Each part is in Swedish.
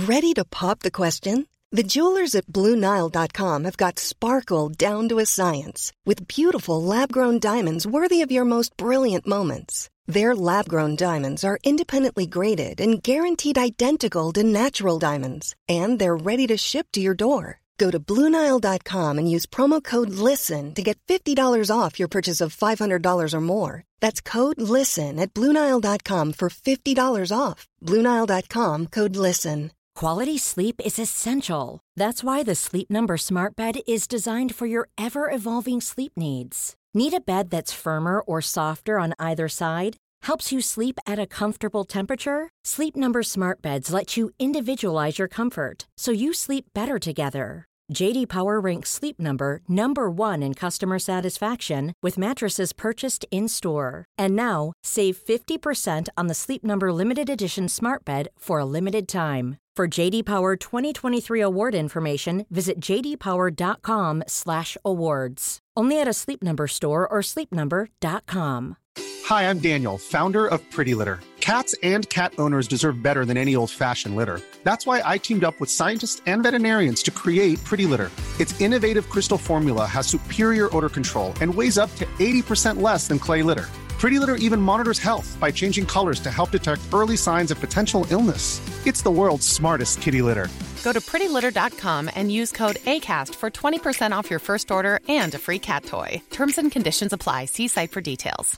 Ready to pop the question? The jewelers at BlueNile.com have got sparkle down to a science with beautiful lab-grown diamonds worthy of your most brilliant moments. Their lab-grown diamonds are independently graded and guaranteed identical to natural diamonds, and they're ready to ship to your door. Go to BlueNile.com and use promo code LISTEN to get $50 off your purchase of $500 or more. That's code LISTEN at BlueNile.com for $50 off. BlueNile.com, code LISTEN. Quality sleep is essential. That's why the Sleep Number Smart Bed is designed for your ever-evolving sleep needs. Need a bed that's firmer or softer on either side? Helps you sleep at a comfortable temperature? Sleep Number Smart Beds let you individualize your comfort, so you sleep better together. J.D. Power ranks Sleep Number #1 in customer satisfaction with mattresses purchased in-store. And now, save 50% on the Sleep Number Limited Edition Smart Bed for a limited time. For J.D. Power 2023 award information, visit jdpower.com/awards. Only at a Sleep Number store or sleepnumber.com. Hi, I'm Daniel, founder of Pretty Litter. Cats and cat owners deserve better than any old-fashioned litter. That's why I teamed up with scientists and veterinarians to create Pretty Litter. Its innovative crystal formula has superior odor control and weighs up to 80% less than clay litter. Pretty Litter even monitors health by changing colors to help detect early signs of potential illness. It's the world's smartest kitty litter. Go to prettylitter.com and use code ACAST for 20% off your first order and a free cat toy. Terms and conditions apply. See site for details.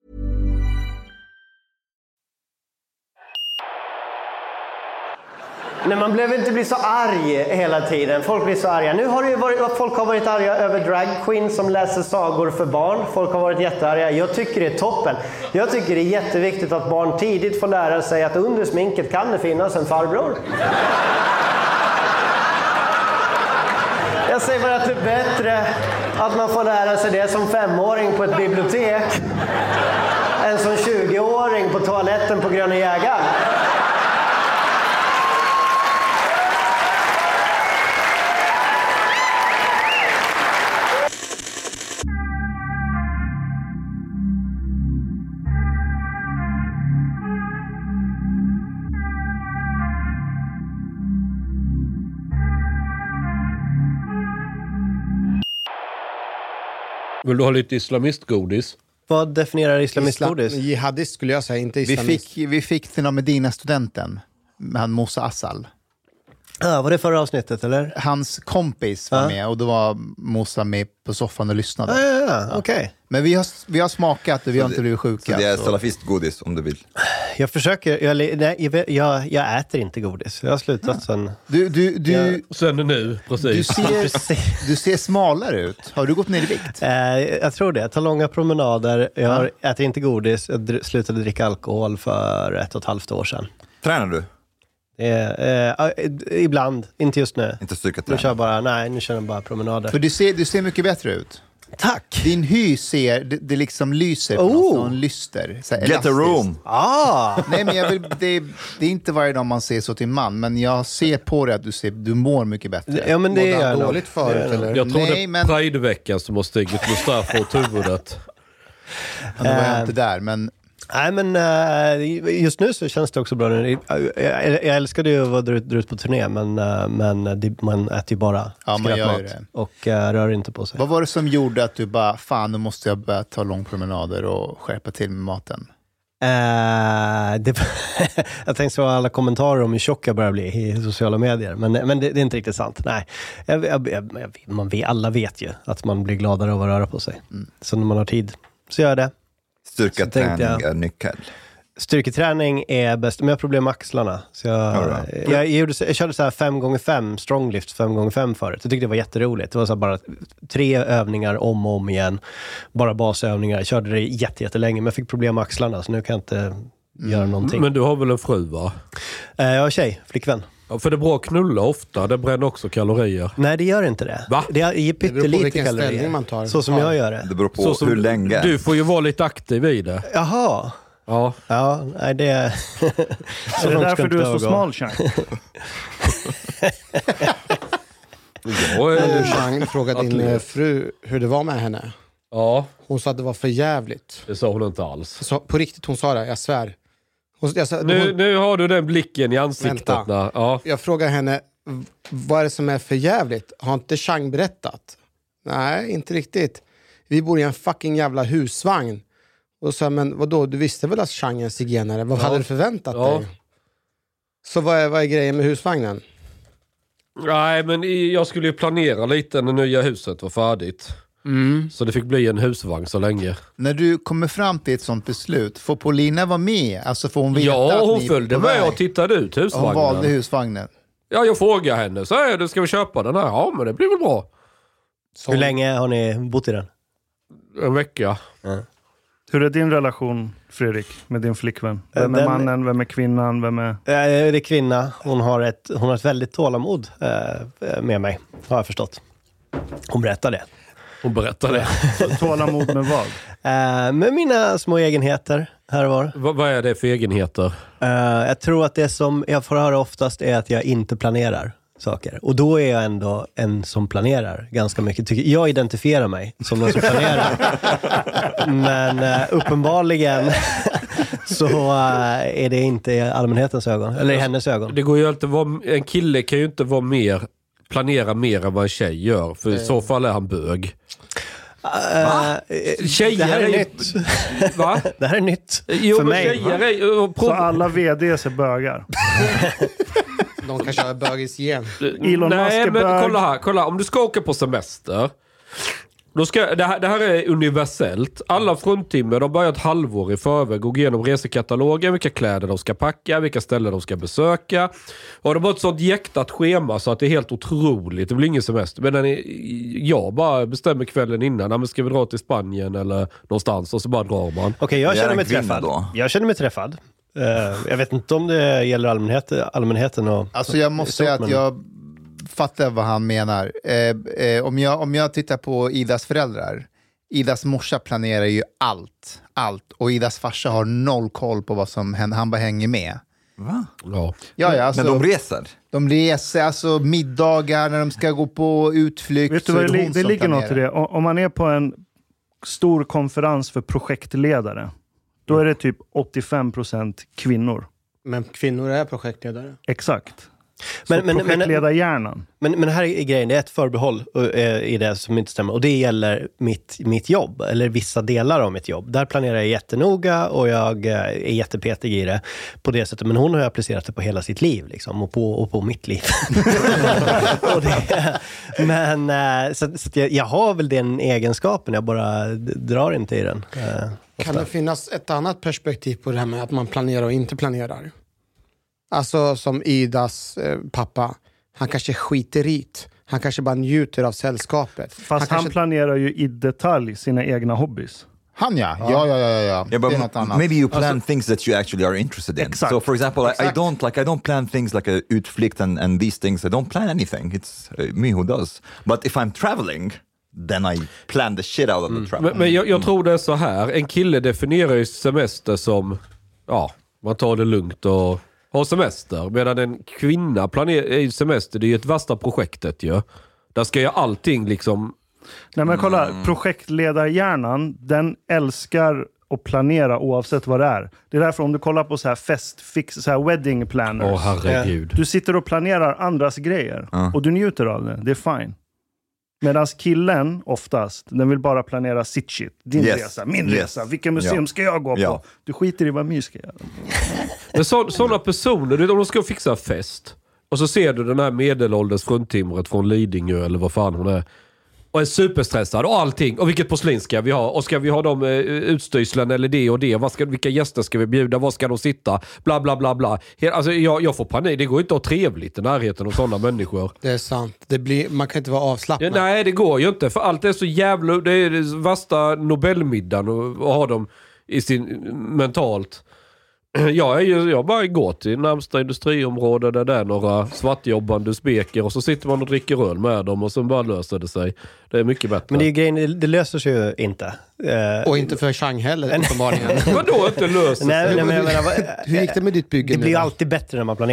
Nej, man behöver inte bli så arg hela tiden. Folk blir så arga. Nu har det ju varit, folk har varit arga över drag queen som läser sagor för barn. Folk har varit jättearga. Jag tycker det är toppen. Jag tycker det är jätteviktigt att barn tidigt får lära sig att under sminket kan det finnas en farbror. Jag säger bara att det är bättre att man får lära sig det som 5-åring på ett bibliotek än som 20-åring på toaletten på Gröna Jägaren. Vill du ha lite islamistgodis? Vad definierar islamistgodis? Jihadist skulle jag säga, inte islamist. Vi fick till och med dina studenten, han Musa Assal. Ja, var det förra avsnittet eller? Hans kompis var med och då var Musa med på soffan och lyssnade. Ja, okej. Men vi har smakat och vi har inte blivit sjuka. Så det är salafistgodis om du vill. Jag försöker, jag äter inte godis. Jag har slutat sen. Sen nu, precis. Du ser smalare ut. Har du gått ner i vikt? Jag tror det. Jag tar långa promenader. Jag äter inte godis. Jag slutade dricka alkohol för 1,5 år sedan. Tränar du? Ibland, inte just nu. Inte styrketräning? Nu kör jag bara promenader. För du ser mycket bättre ut. Tack! Din hy ser, det liksom lyser på något lyster. Så Get a room! Nej, men det är inte varje dag man ser så till man, men jag ser på dig att du mår mycket bättre. Ja, men det är dåligt förut, eller? Jag tror det är Pride-veckan som har stigit Mustafa åt huvudet. Ja, då var jag inte där, men... Nej, men just nu så känns det också bra. Jag älskade ju att vara ut på turné, men man äter ju bara skräpmat och rör inte på sig. Vad var det som gjorde att du bara, fan, nu måste jag börja ta långpromenader och skärpa till med maten? Jag tänkte så alla kommentarer om hur tjock jag börjar bli i sociala medier, men det är inte riktigt sant. Nej, alla vet ju att man blir gladare av att röra på sig. Så när man har tid så gör det. Styrketräning är nyckel. Styrketräning är bäst, men jag har problem med axlarna. Så jag körde så här 5x5 stronglift 5x5 förut. Jag tyckte det var jätteroligt. Det var så här bara 3 övningar om och om igen. Bara basövningar. Jag körde det jättelänge, men jag fick problem med axlarna, så nu kan jag inte göra någonting. Men du har väl en fru, va? Jag har flickvän. Ja, för det är bra att knulla ofta. Det bränner också kalorier. Nej, det gör inte det. Va? Det ger pyttelite kalorier. Man tar. Så som jag gör det. Det beror på hur länge. Du får ju vara lite aktiv i det. Jaha. Ja, nej, det är... Så det är därför du är så smal, Chang. Du, Chang, frågade din fru hur det var med henne. Ja. Hon sa att det var för jävligt. Det sa hon inte alls. Så, på riktigt, hon sa det, jag svär. Nu har du den blicken i ansiktet. Ja. Jag frågar henne, vad är det som är för jävligt? Har inte Chang berättat? Nej, inte riktigt. Vi bor i en fucking jävla husvagn. Och så, men vadå, du visste väl att Chang är en zigenare? Vad hade du förväntat dig? Så vad är grejen med husvagnen? Nej, men jag skulle ju planera lite när nya huset var färdigt. Så det fick bli en husvagn så länge. När du kommer fram till ett sånt beslut, får Paulina vara med? Alltså får hon veta hon följde med och tittade ut husvagnen. Hon valde husvagnen. Ja, jag frågade henne. Så här, ska vi köpa den här? Ja, men det blir väl bra. Hur länge har ni bott i den? En vecka. Ja. Hur är din relation, Fredrik, med din flickvän? Vem är mannen, vem är kvinnan, vem är... Det är kvinna. Hon har ett väldigt tålamod med mig, har jag förstått. Hon berättar det. Tålamod med vad? Med mina små egenheter här och var. Vad är det för egenheter? Jag tror att det som jag får höra oftast är att jag inte planerar saker. Och då är jag ändå en som planerar ganska mycket. Jag identifierar mig som någon som planerar. Men uppenbarligen så är det inte i allmänhetens ögon. Eller i hennes ögon. Det går ju inte en kille kan ju inte vara planera mer än vad en tjej gör. För i så fall är han bög. Tjejer det här är nytt. Va? Det här är nytt för mig. Så alla vds är bögar. De kanske har bögis igen. Elon Musk är bög. Kolla. Om du ska åka på semester, då det här är universellt. Alla fruntimmer, de börjar ett halvår i förväg gå igenom resekatalogen, vilka kläder de ska packa, vilka ställen de ska besöka. Och de har ett sånt jäktat schema så att det är helt otroligt. Det blir ingen semester. Men jag bara bestämmer kvällen innan. Men ska vi dra till Spanien eller någonstans och så bara drar man. Okej, jag känner mig träffad. Jag känner mig träffad. Jag vet inte om det gäller allmänheten. Alltså jag måste säga att jag fattar vad han menar. Om jag tittar på Idas föräldrar. Idas morsa planerar ju allt. Och Idas farsa har noll koll på vad som händer. Han bara hänger med. Va? Ja, alltså, men de reser? De reser, alltså middagar när de ska gå på utflykt. Vet du vad det ligger något i det? Om man är på en stor konferens för projektledare, då är det typ 85% kvinnor. Men kvinnor är projektledare. Exakt. Projektledarhjärnan. Men här är grejen, det är ett förbehåll i det som inte stämmer. Och det gäller mitt jobb, eller vissa delar av mitt jobb. Där planerar jag jättenoga och jag är jättepetig i det på det sättet. Men hon har applicerat det på hela sitt liv liksom, och på mitt liv. Så jag har väl den egenskapen, jag bara drar inte i den. Kan det finnas ett annat perspektiv på det här med att man planerar och inte planerar? Alltså som Idas pappa. Han kanske skiter i det. Han kanske bara njuter av sällskapet. Fast han planerar ju i detalj sina egna hobbies. Han ja. Det är något annat. Maybe you plan things that you actually are interested in. Exact. So for example, I don't plan things like a utflykt and these things. I don't plan anything. It's me who does. But if I'm traveling, then I plan the shit out of the travel. Men jag tror det är så här. En kille definierar ju semester som man tar det lugnt och har semester. Medan en kvinna planerar semester, det är ju ett värsta projektet ju. Där ska jag allting liksom... Nej men kolla, projektledarhjärnan, den älskar att planera oavsett vad det är. Det är därför om du kollar på så här festfix, så här wedding planners. Herregud. Du sitter och planerar andras grejer och du njuter av det. Det är fine. Medan killen oftast, den vill bara planera sitt shit. Din resa, min resa, vilken museum ska jag gå på? Du skiter i vad my ska göra. Men sådana personer, om de ska fixa fest och så ser du den här medelålders fruntimret från Lidingö eller vad fan hon är och är superstressad och allting, och vilket porslin ska vi ha och ska vi ha dem utstyrslen eller det och det, vilka gäster ska vi bjuda, var ska de sitta, bla bla bla bla. Alltså jag får panik, det går inte att ha trevligt i närheten av sådana människor. Det är sant, man kan inte vara avslappnad. Nej, det går ju inte, för allt är så jävla, det är det värsta Nobelmiddagen och ha dem i sin mentalt. Jag bara går till närmsta industriområde där det är några svartjobbande speker och så sitter man och dricker öl med dem och så bara löser det sig. Det är mycket bättre. Men det är grejen, det löser sig ju inte. Och inte för Chang heller, uppenbarligen. Vadå inte löser sig? Nej, Hur gick det med ditt bygge? Det blir ju alltid bättre när man planerar.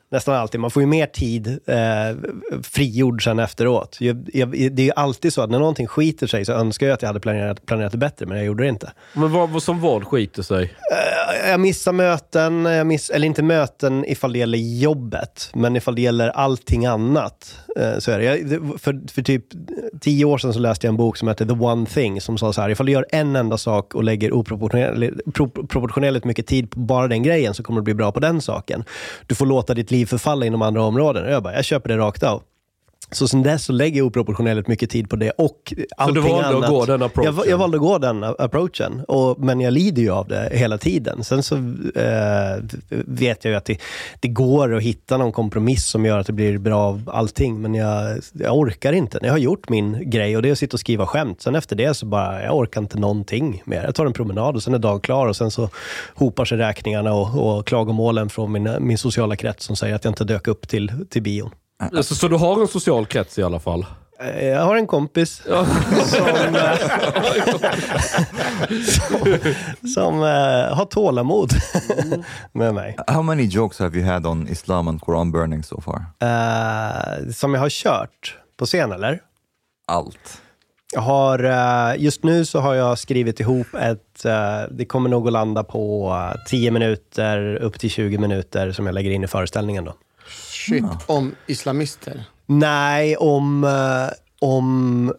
Nästan alltid. Man får ju mer tid frigjord sen efteråt. Det är ju alltid så att när någonting skiter sig så önskar jag att jag hade planerat det bättre, men jag gjorde det inte. Men vad skiter sig? Jag missar möten, eller inte möten ifall det gäller jobbet, men ifall det gäller allting annat så är det. För typ 10 år sedan så läste jag en bok som heter The One Thing, som sa så här: ifall du gör en enda sak och lägger oproportionerligt mycket tid på bara den grejen, så kommer du bli bra på den saken. Du får låta ditt liv förfalla inom andra områden. Jag köper det rakt av. Så sen dess så lägger jag oproportionerligt mycket tid på det och allting annat. Så du valde att gå den approachen? Jag valde att gå den approachen. Men jag lider ju av det hela tiden. Sen så vet jag ju att det går att hitta någon kompromiss som gör att det blir bra av allting. Men jag orkar inte. Jag har gjort min grej och det är att sitta och skriva skämt. Sen efter det så bara, jag orkar inte någonting mer. Jag tar en promenad och sen är dag klar och sen så hopar sig räkningarna och klagomålen från min sociala krets som säger att jag inte dök upp till bion. Så du har en social krets i alla fall? Jag har en kompis som har tålamod med mig. How many jokes have you had on Islam and Quran burning so far? Som jag har kört på scen, eller? Allt. Jag har, just nu så har jag skrivit ihop det kommer nog att landa på 10 minuter upp till 20 minuter som jag lägger in i föreställningen då. Shit, om islamister? Nej, om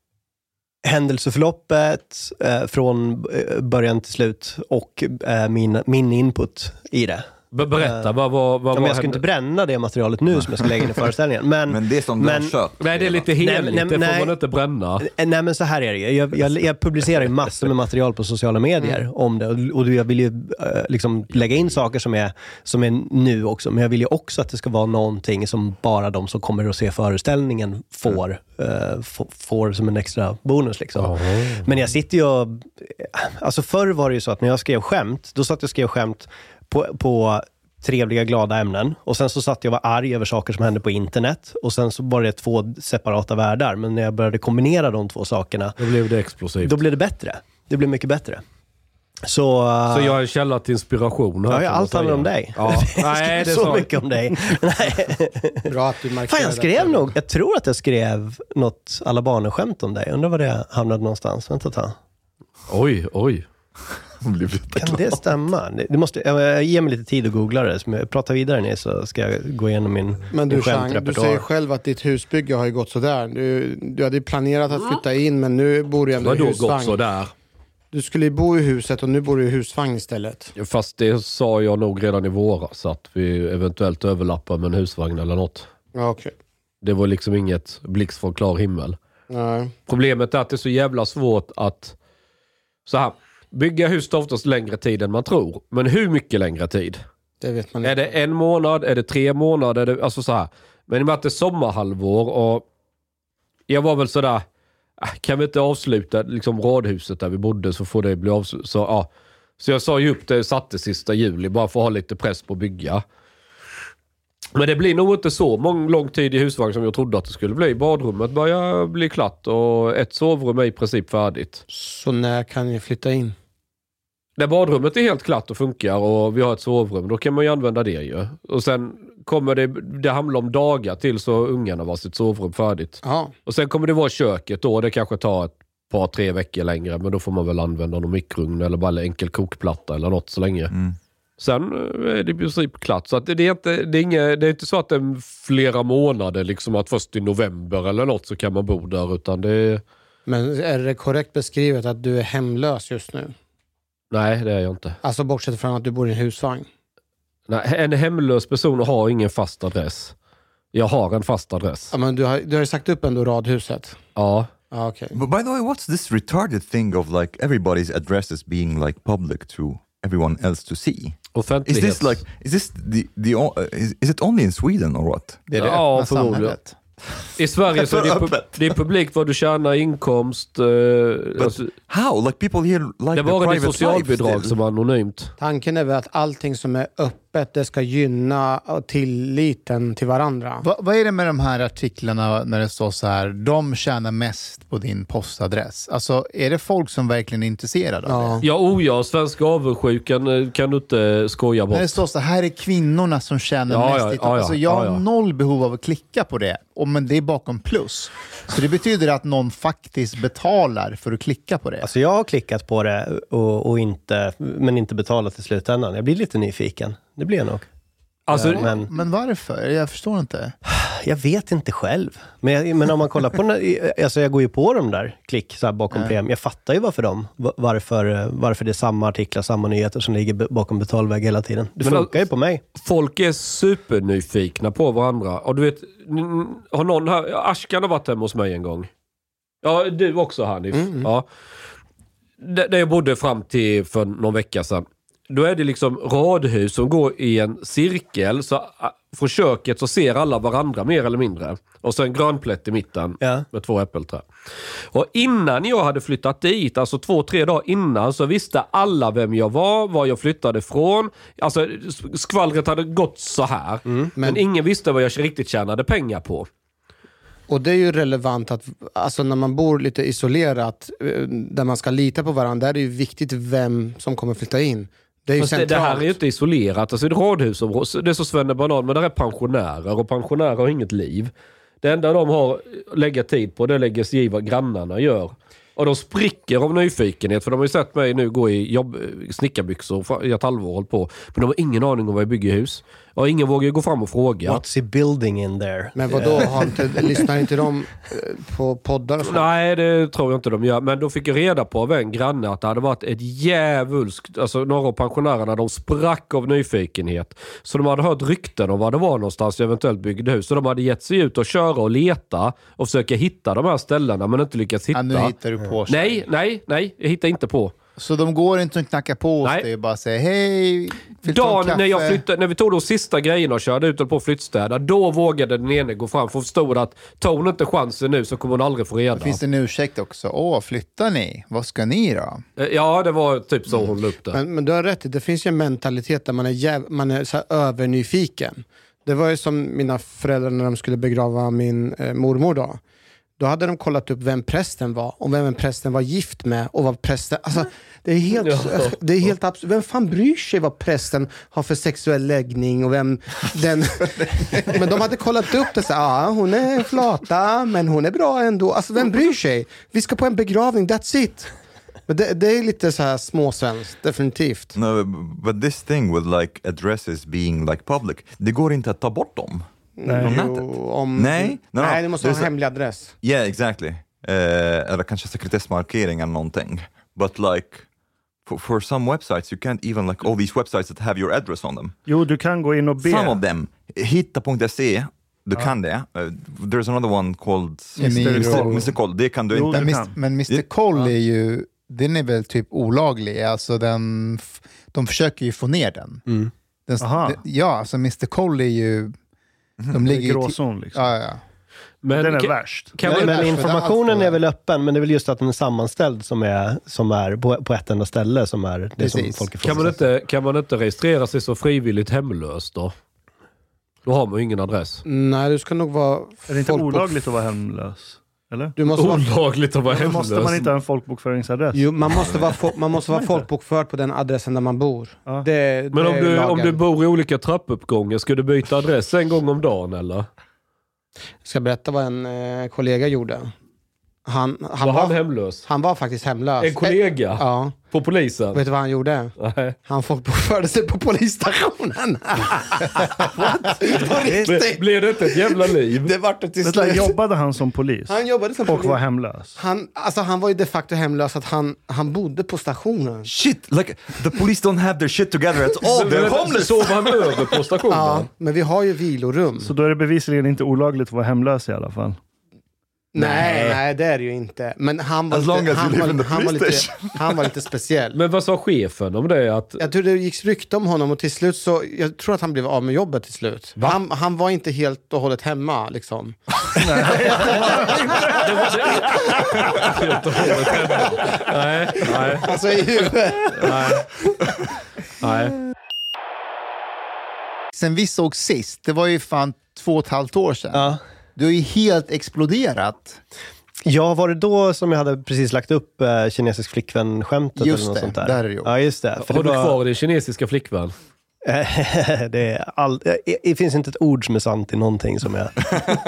händelseförloppet från början till slut och min input i det. Berätta, vad jag ska inte bränna det materialet nu som jag ska lägga in i föreställningen. Men det är som du kört. Nej, det är lite heligt, det får man inte bränna. Nej, men så här är det. Jag publicerar ju massor med material på sociala medier om det. Och jag vill ju liksom lägga in saker som är nu också. Men jag vill ju också att det ska vara någonting som bara de som kommer att se föreställningen får som en extra bonus liksom. Men jag sitter ju alltså förr var det ju så att när jag skrev skämt, då satt jag och skrev skämt på trevliga, glada ämnen. Och sen så satt jag och var arg över saker som hände på internet. Och sen så var det 2 separata världar. Men när jag började kombinera de 2 sakerna, då blev det explosivt. Då blev det bättre. Det blev mycket bättre. Så jag är en källa till inspiration. Ja, allt handlar om dig. Ja. Nej, det är så mycket om dig. Bra att du markerar. Jag skrev nog. Jag tror att jag skrev något alla barnen-skämt om dig. Undrar var det hamnade någonstans. Vänta ta. Oj. Kan det stämma? Det måste, ge mig lite tid att googla det. Så jag pratar vidare nu så ska jag gå igenom min skämtrepertoar. Du säger själv att ditt husbygge har ju gått sådär. Du hade planerat att flytta in, men nu bor du ändå i husvagn. Gått sådär? Du skulle bo i huset och nu bor du i husvagn istället. Fast det sa jag nog redan i våras, så att vi eventuellt överlappar med en husvagn eller något. Ja, okej. Det var liksom inget blixt från klar himmel. Nej. Problemet är att det är så jävla svårt att så här, bygga hus tar oftast längre tid än man tror. Men hur mycket längre tid? Det vet man inte. Är det 1 månad? Är det 3 månader? Är det, alltså så här. Men i och med att det är sommarhalvår och jag var väl sådär, kan vi inte avsluta liksom radhuset där vi bodde så får det bli avslutat. Så jag sa ju upp det, satte sista juli bara för att ha lite press på att bygga. Men det blir nog inte så lång tid i husvagn som jag trodde att det skulle bli. Badrummet börjar bli klart och ett sovrum är i princip färdigt. Så när kan ni flytta in? När badrummet är helt klart och funkar och vi har ett sovrum, då kan man ju använda det ju. Och sen kommer det handla om dagar till så ungarna var sitt sovrum färdigt. Ja. Och sen kommer det vara köket då, det kanske tar ett par 3 veckor längre, men då får man väl använda någon mikrougn eller bara enkel kokplatta eller något så länge. Sen är det i princip klart. Så att det är inte så att det är flera månader liksom att först i november eller något så kan man bo där, utan det är... Men är det korrekt beskrivet att du är hemlös just nu? Nej, det är jag inte. Alltså bortsett från att du bor i en husvagn? Nej, en hemlös person har ingen fast adress. Jag har en fast adress. Ja, men du har sagt upp ändå radhuset? Ja. Ah, okay. But by the way, what's this retarded thing of like everybody's addresses being like public to everyone else to see? Offentlighet. Is it only in Sweden or what? Det är det öppna samhället. I Sverige så är det publikt vad du tjänar inkomst. Alltså, how? Like people here like det var det socialbidrag som var anonymt. Tanken är väl att allting som är öppet öppet, det ska gynna tilliten till varandra. Vad är det med de här artiklarna när det står så här, de tjänar mest på din postadress? Alltså, är det folk som verkligen är intresserade av det? Ja, svenska avundsjukan kan du inte skoja bort. När det står så här är kvinnorna som tjänar mest. Alltså, jag har noll behov av att klicka på det, men det är bakom plus. Så det betyder att någon faktiskt betalar för att klicka på det. Alltså jag har klickat på det men inte betalat i slutändan. Jag blir lite nyfiken. Det blir jag nog. Alltså, men varför? Jag förstår inte. Jag vet inte själv. Men om man kollar på alltså jag går ju på de där klick så här bakom PM. Jag fattar ju varför det är samma artiklar, samma nyheter som ligger bakom betalväg hela tiden. Det funkar ju på mig. Folk är supernyfikna på varandra. Och du vet, har någon här, Ashkan har varit hemma hos mig en gång. Ja, du också, Hanif. Ja. Där jag bodde fram till för någon vecka sedan. Då är det liksom radhus som går i en cirkel, så från köket så ser alla varandra mer eller mindre. Och så en grönplätt i mitten med 2 äppelträd. Och innan jag hade flyttat dit, alltså 2-3 dagar innan, så visste alla vem jag var jag flyttade från. Alltså skvallret hade gått så här. Men ingen visste vad jag riktigt tjänade pengar på. Och det är ju relevant att alltså när man bor lite isolerat där man ska lita på varandra, där är det ju viktigt vem som kommer flytta in. Det är ju centralt. Det här är ju inte isolerat. Alltså, det är radhusområde. Det är så Svennebanan, men det är pensionärer. Och pensionärer har inget liv. Det enda de har lägga tid på, det lägger sig i vad grannarna gör. Och de spricker av nyfikenhet. För de har ju sett mig nu gå i snickarbyxor i ett halvår håll på. Men de har ingen aning om vad jag bygger hus. Och ingen vågar gå fram och fråga. What's he building in there? Men vadå, lyssnar inte de på poddar? Nej, det tror jag inte de gör. Men de fick reda på av en granne att det hade varit ett djävulskt... Alltså några av pensionärerna, de sprack av nyfikenhet. Så de hade hört rykten om vad det var någonstans jag eventuellt byggde hus. Så de hade gett sig ut och köra och leta och försöka hitta de här ställena, men inte lyckats hitta. Nu hittar du på. Nej, jag hittar inte på. Så de går inte att knacka på oss och bara säga hej, dagen när vi tog de sista grejerna och körde ut på flyttstäder, då vågade den ene gå fram för att förstå att tar hon inte chansen nu så kommer hon aldrig få reda. Finns det en ursäkt också? Flyttar ni? Vad ska ni då? Ja, det var typ så hon luktade. Men du har rätt, det finns ju en mentalitet där man är så här övernyfiken. Det var ju som mina föräldrar när de skulle begrava min mormor då. Då hade de kollat upp vem prästen var och vem prästen var gift med och vad prästen... Alltså, det är helt absurd. Vem fan bryr sig vad prästen har för sexuell läggning och vem den... Men de hade kollat upp det så här, hon är flata men hon är bra ändå. Alltså vem bryr sig? Vi ska på en begravning, that's it. Men det är lite så här småsvenskt, definitivt. No, but this thing with like addresses being like public, det går inte att ta bort dem. Nej, det måste vara en hemlig adress. Yeah, exactly. Eller kanske sekretessmarkering eller någonting. But like for some websites you can't even like all these websites that have your address on them. Jo, du kan gå in och be. Some of them. Hitta.se, du kan det. There's another one called Mr. Koll. Det kan du inte. Men Mr. Koll är ju, den är väl typ olaglig. Alltså de försöker ju få ner den. Alltså Mr. Koll är ju... De ligger gråzon liksom. Ja. Men den är värst. Men informationen är väl öppen, men det är väl just att den är sammanställd som är på ett enda ställe som är det som folk är. Kan man inte registrera sig så frivilligt hemlös då? Då har man ju ingen adress. Nej, du ska nog vara... Är det inte olagligt att vara hemlös? Eller? Du måste olagligt att vara hemlös. Måste man inte ha en folkbokföringsadress? Jo, man måste vara folkbokförd på den adressen där man bor. Ja. Men om du bor i olika trappuppgångar, ska du byta adress en gång om dagen eller? Jag ska berätta vad en kollega gjorde. Han var hemlös? Han var faktiskt hemlös. En kollega? Ja. På polisen? Vet du vad han gjorde? Nej. Han folkbokförde sig på polisstationen. Blev det inte ett jävla liv? Det var det till slut. Jobbade han som polis? Han jobbade som polis. Och var hemlös? Han var ju de facto hemlös att han bodde på stationen. Shit, like the police don't have their shit together at all. They're homeless. Sov han över på stationen? Ja, men vi har ju vilorum. Så då är det bevisligen inte olagligt att vara hemlös i alla fall. Nej, det är det ju inte. Men han var lite speciell. Men vad sa chefen om det? Jag tror det gick rykte om honom och till slut så... Jag tror att han blev av med jobbet till slut. Han var inte helt och hållet hemma, liksom. Nej. Helt och hållet hemma. Nej. Alltså i huvudet. Nej. sen vi såg sist, det var ju fan 2,5 år sedan. Ja. Du har ju helt exploderat. Ja, var det då som jag hade precis lagt upp kinesisk flickvän-skämtet eller något sånt där? Där är det ju. Ja, just det. För har du kvar din kinesiska flickvän? Det finns inte ett ord som är sant i någonting som jag...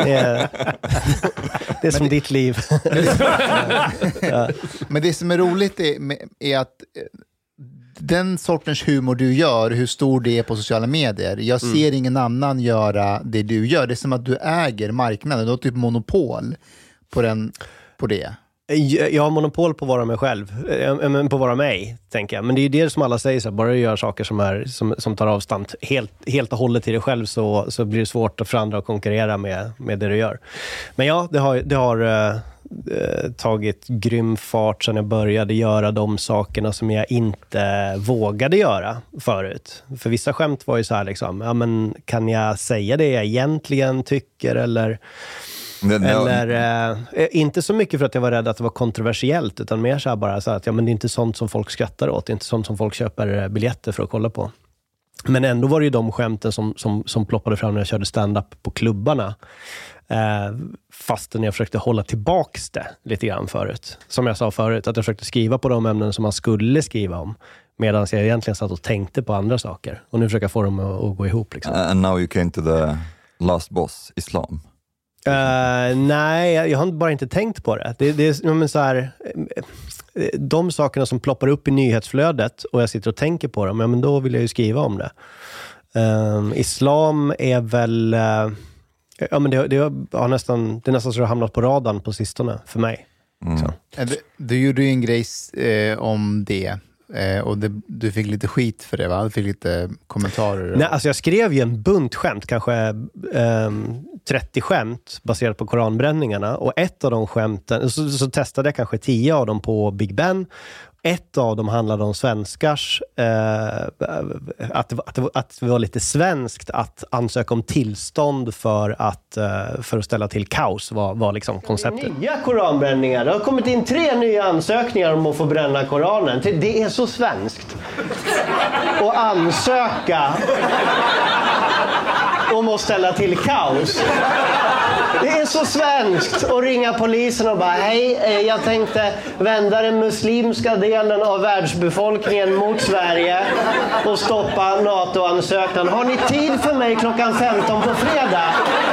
Det är som ditt liv. Ja. Men det som är roligt är att den sortens humor du gör, hur stor det är på sociala medier. Jag ser ingen annan göra det du gör. Det är som att du äger marknaden. Du har typ monopol på det. Jag har monopol på att vara mig själv, på att vara mig, tänker jag. Men det är ju det som alla säger, så bara du gör saker som tar avstånd helt och hållet till dig själv, så blir det svårt för andra att konkurrera med det du gör. Men ja, det har tagit grym fart sedan jag började göra de sakerna som jag inte vågade göra förut. För vissa skämt var ju så här liksom, ja men kan jag säga det jag egentligen tycker eller... Eller inte så mycket för att jag var rädd att det var kontroversiellt, utan mer så här bara så att ja, men det är inte sånt som folk skrattar åt, det är inte sånt som folk köper biljetter för att kolla på. Men ändå var det ju de skämten som ploppade fram när jag körde stand-up på klubbarna, fastän jag försökte hålla tillbaks det lite grann förut. Som jag sa förut, att jag försökte skriva på de ämnen som man skulle skriva om, medan jag egentligen satt och tänkte på andra saker. Och nu försöker jag få dem att gå ihop liksom. And now you came to the last boss, islam. Nej, jag har bara inte tänkt på det. Det är så här, de sakerna som ploppar upp i nyhetsflödet och jag sitter och tänker på dem, ja, men då vill jag ju skriva om det. Islam är väl... ja, men det är nästan så det har hamnat på radarn på sistone för mig. Du gjorde ju en grej om det. Och du fick lite skit för det, va? Du fick lite kommentarer. Nej, alltså jag skrev ju en bunt skämt, kanske 30 skämt baserat på koranbränningarna. Och ett av de skämten, så testade jag kanske 10 av dem på Big Ben. Ett av dem handlade om svenskars, att det var lite svenskt att ansöka om tillstånd för att ställa till kaos var liksom konceptet. Nya koranbränningar. Det har kommit in 3 nya ansökningar om att få bränna Koranen. Det är så svenskt. Och ansöka om att ställa till kaos. Det är så svenskt att ringa polisen och bara hej, jag tänkte vända den muslimska delen av världsbefolkningen mot Sverige och stoppa NATO-ansökan. Har ni tid för mig klockan 15 på fredag?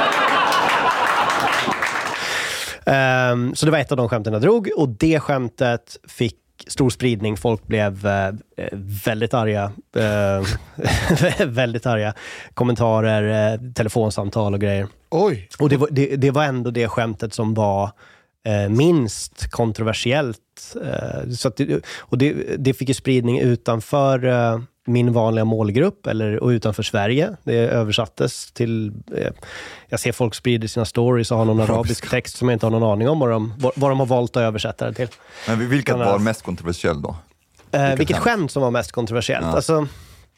Så det var ett av de skämten jag drog, och det skämtet fick stor spridning. Folk blev väldigt arga. Väldigt arga. Kommentarer, telefonsamtal och grejer. Oj. Och det var ändå det skämtet som var minst kontroversiellt. Så att det fick ju spridning utanför min vanliga målgrupp och utanför Sverige. Det översattes till... jag ser folk sprider sina stories och har någon arabisk text som jag inte har någon aning om vad de har valt att översätta det till. Men vilket var mest kontroversiellt då? Vilket skämt som var mest kontroversiellt? Ja. Alltså,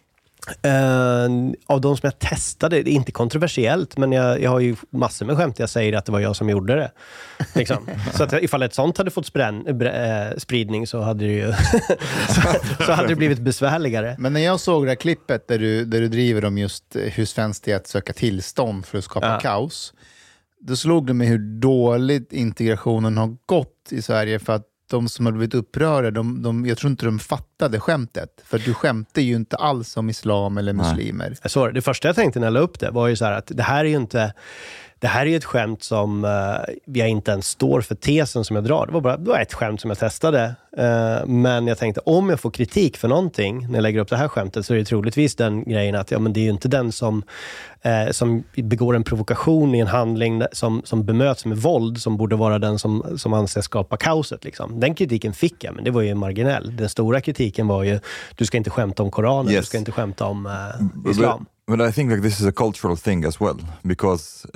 av de som jag testade, det är inte kontroversiellt, men jag har ju massor med skämt jag säger att det var jag som gjorde det. Liksom. Så att ifall ett sånt hade fått spridning så hade det ju så hade det blivit besvärligare. Men när jag såg det här klippet där du driver om just hur svenskt det är att söka tillstånd för att skapa kaos, då slog det mig hur dåligt integrationen har gått i Sverige, för att de som har blivit upprörda, jag tror inte de fattade skämtet. För du skämtar ju inte alls om islam eller muslimer. Så det första jag tänkte när jag la upp det var ju så här att det här är ju ett skämt som jag inte ens står för tesen som jag drar. Det var ett skämt som jag testade. Men jag tänkte, om jag får kritik för någonting när jag lägger upp det här skämtet, så är det troligtvis den grejen att ja, men det är ju inte den som begår en provokation i en handling som bemöts med våld som borde vara den som anses skapa kaoset. Liksom. Den kritiken fick jag, men det var ju marginell. Den stora kritiken var ju, du ska inte skämta om Koranen, du ska inte skämta om islam. But I think this is a cultural thing as well, because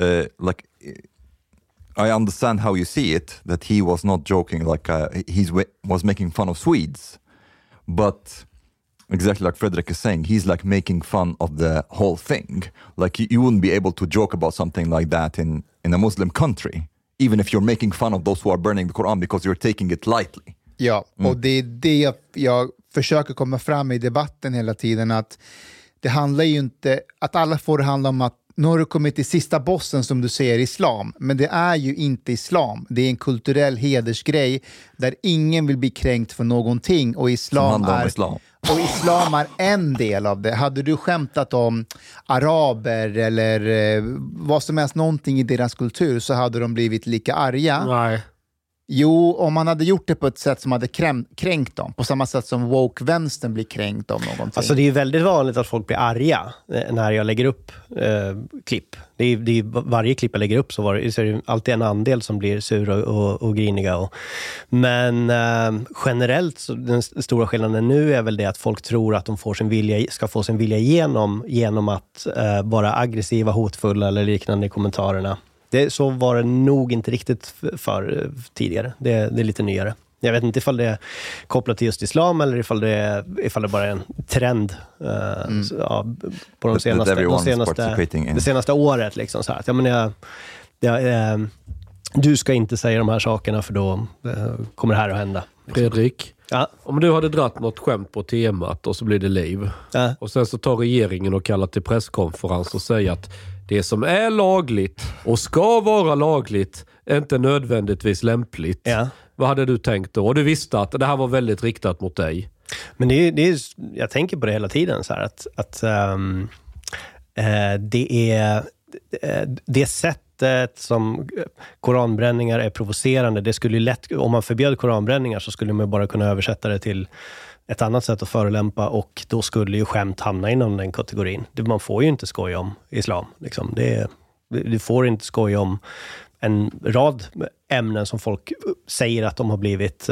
I understand how you see it, that he was not joking, was making fun of Swedes, but exactly like Fredrik is saying, he's like making fun of the whole thing. Like you wouldn't be able to joke about something like that in a Muslim country, even if you're making fun of those who are burning the Quran, because you're taking it lightly. Ja, och det är det jag försöker komma fram i debatten hela tiden, att det handlar ju inte att alla får det handla om att nu har du kommit till sista bossen som du säger islam, men det är ju inte islam. Det är en kulturell hedersgrej där ingen vill bli kränkt för någonting och islam är en del av det. Hade du skämtat om araber eller vad som helst någonting i deras kultur så hade de blivit lika arga. Nej. Jo, om man hade gjort det på ett sätt som hade kränkt dem. På samma sätt som woke-vänstern blir kränkt om någonting. Alltså det är ju väldigt vanligt att folk blir arga när jag lägger upp klipp. Det är varje klipp jag lägger upp så är det alltid en andel som blir sura och griniga. Men generellt så den stora skillnaden nu är väl det att folk tror att de ska få sin vilja genom att vara aggressiva, hotfulla eller liknande i kommentarerna. Så var det nog inte riktigt för tidigare. Det är lite nyare. Jag vet inte ifall det är kopplat till just islam eller ifall det bara är en trend på det senaste året. Liksom, så här. Du ska inte säga de här sakerna för då kommer det här att hända. Fredrik, om du hade dratt något skämt på temat och så blir det liv. Och sen så tar regeringen och kallar till presskonferens och säger att det som är lagligt och ska vara lagligt är inte nödvändigtvis lämpligt. Ja. Vad hade du tänkt då? Och du visste att det här var väldigt riktat mot dig. Men jag tänker på det hela tiden så här det sättet som koranbränningar är provocerande. Det skulle lätt, om man förbjöd koranbränningar så skulle man bara kunna översätta det till ett annat sätt att förolämpa och då skulle ju skämt hamna inom den kategorin. Man får ju inte skoja om islam. Liksom. Du får inte skoja om en rad ämnen som folk säger att de har blivit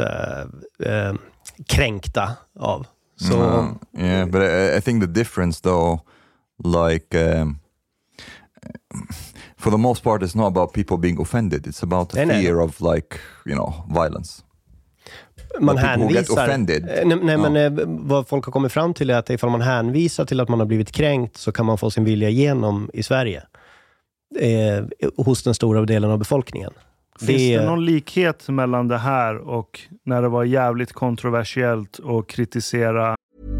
kränkta av. Så, yeah, but I think the difference though, like for the most part it's not about people being offended. It's about the fear of like, violence. Man hänvisar, vad folk har kommit fram till är att ifall man hänvisar till att man har blivit kränkt så kan man få sin vilja igenom i Sverige hos den stora delen av befolkningen. Finns det någon likhet mellan det här och när det var jävligt kontroversiellt att kritisera?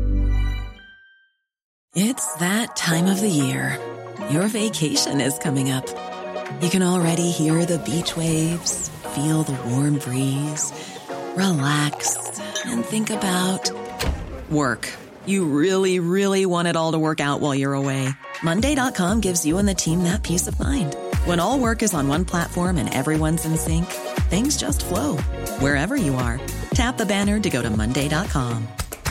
It's that time of the year. Your vacation is coming up. You can already hear the beach waves, feel the warm breeze, relax and think about work. You really, really want it all to work out while you're away. Monday.com gives you and the team that peace of mind. When all work is on one platform and everyone's in sync, things just flow. Wherever you are, tap the banner to go to Monday.com.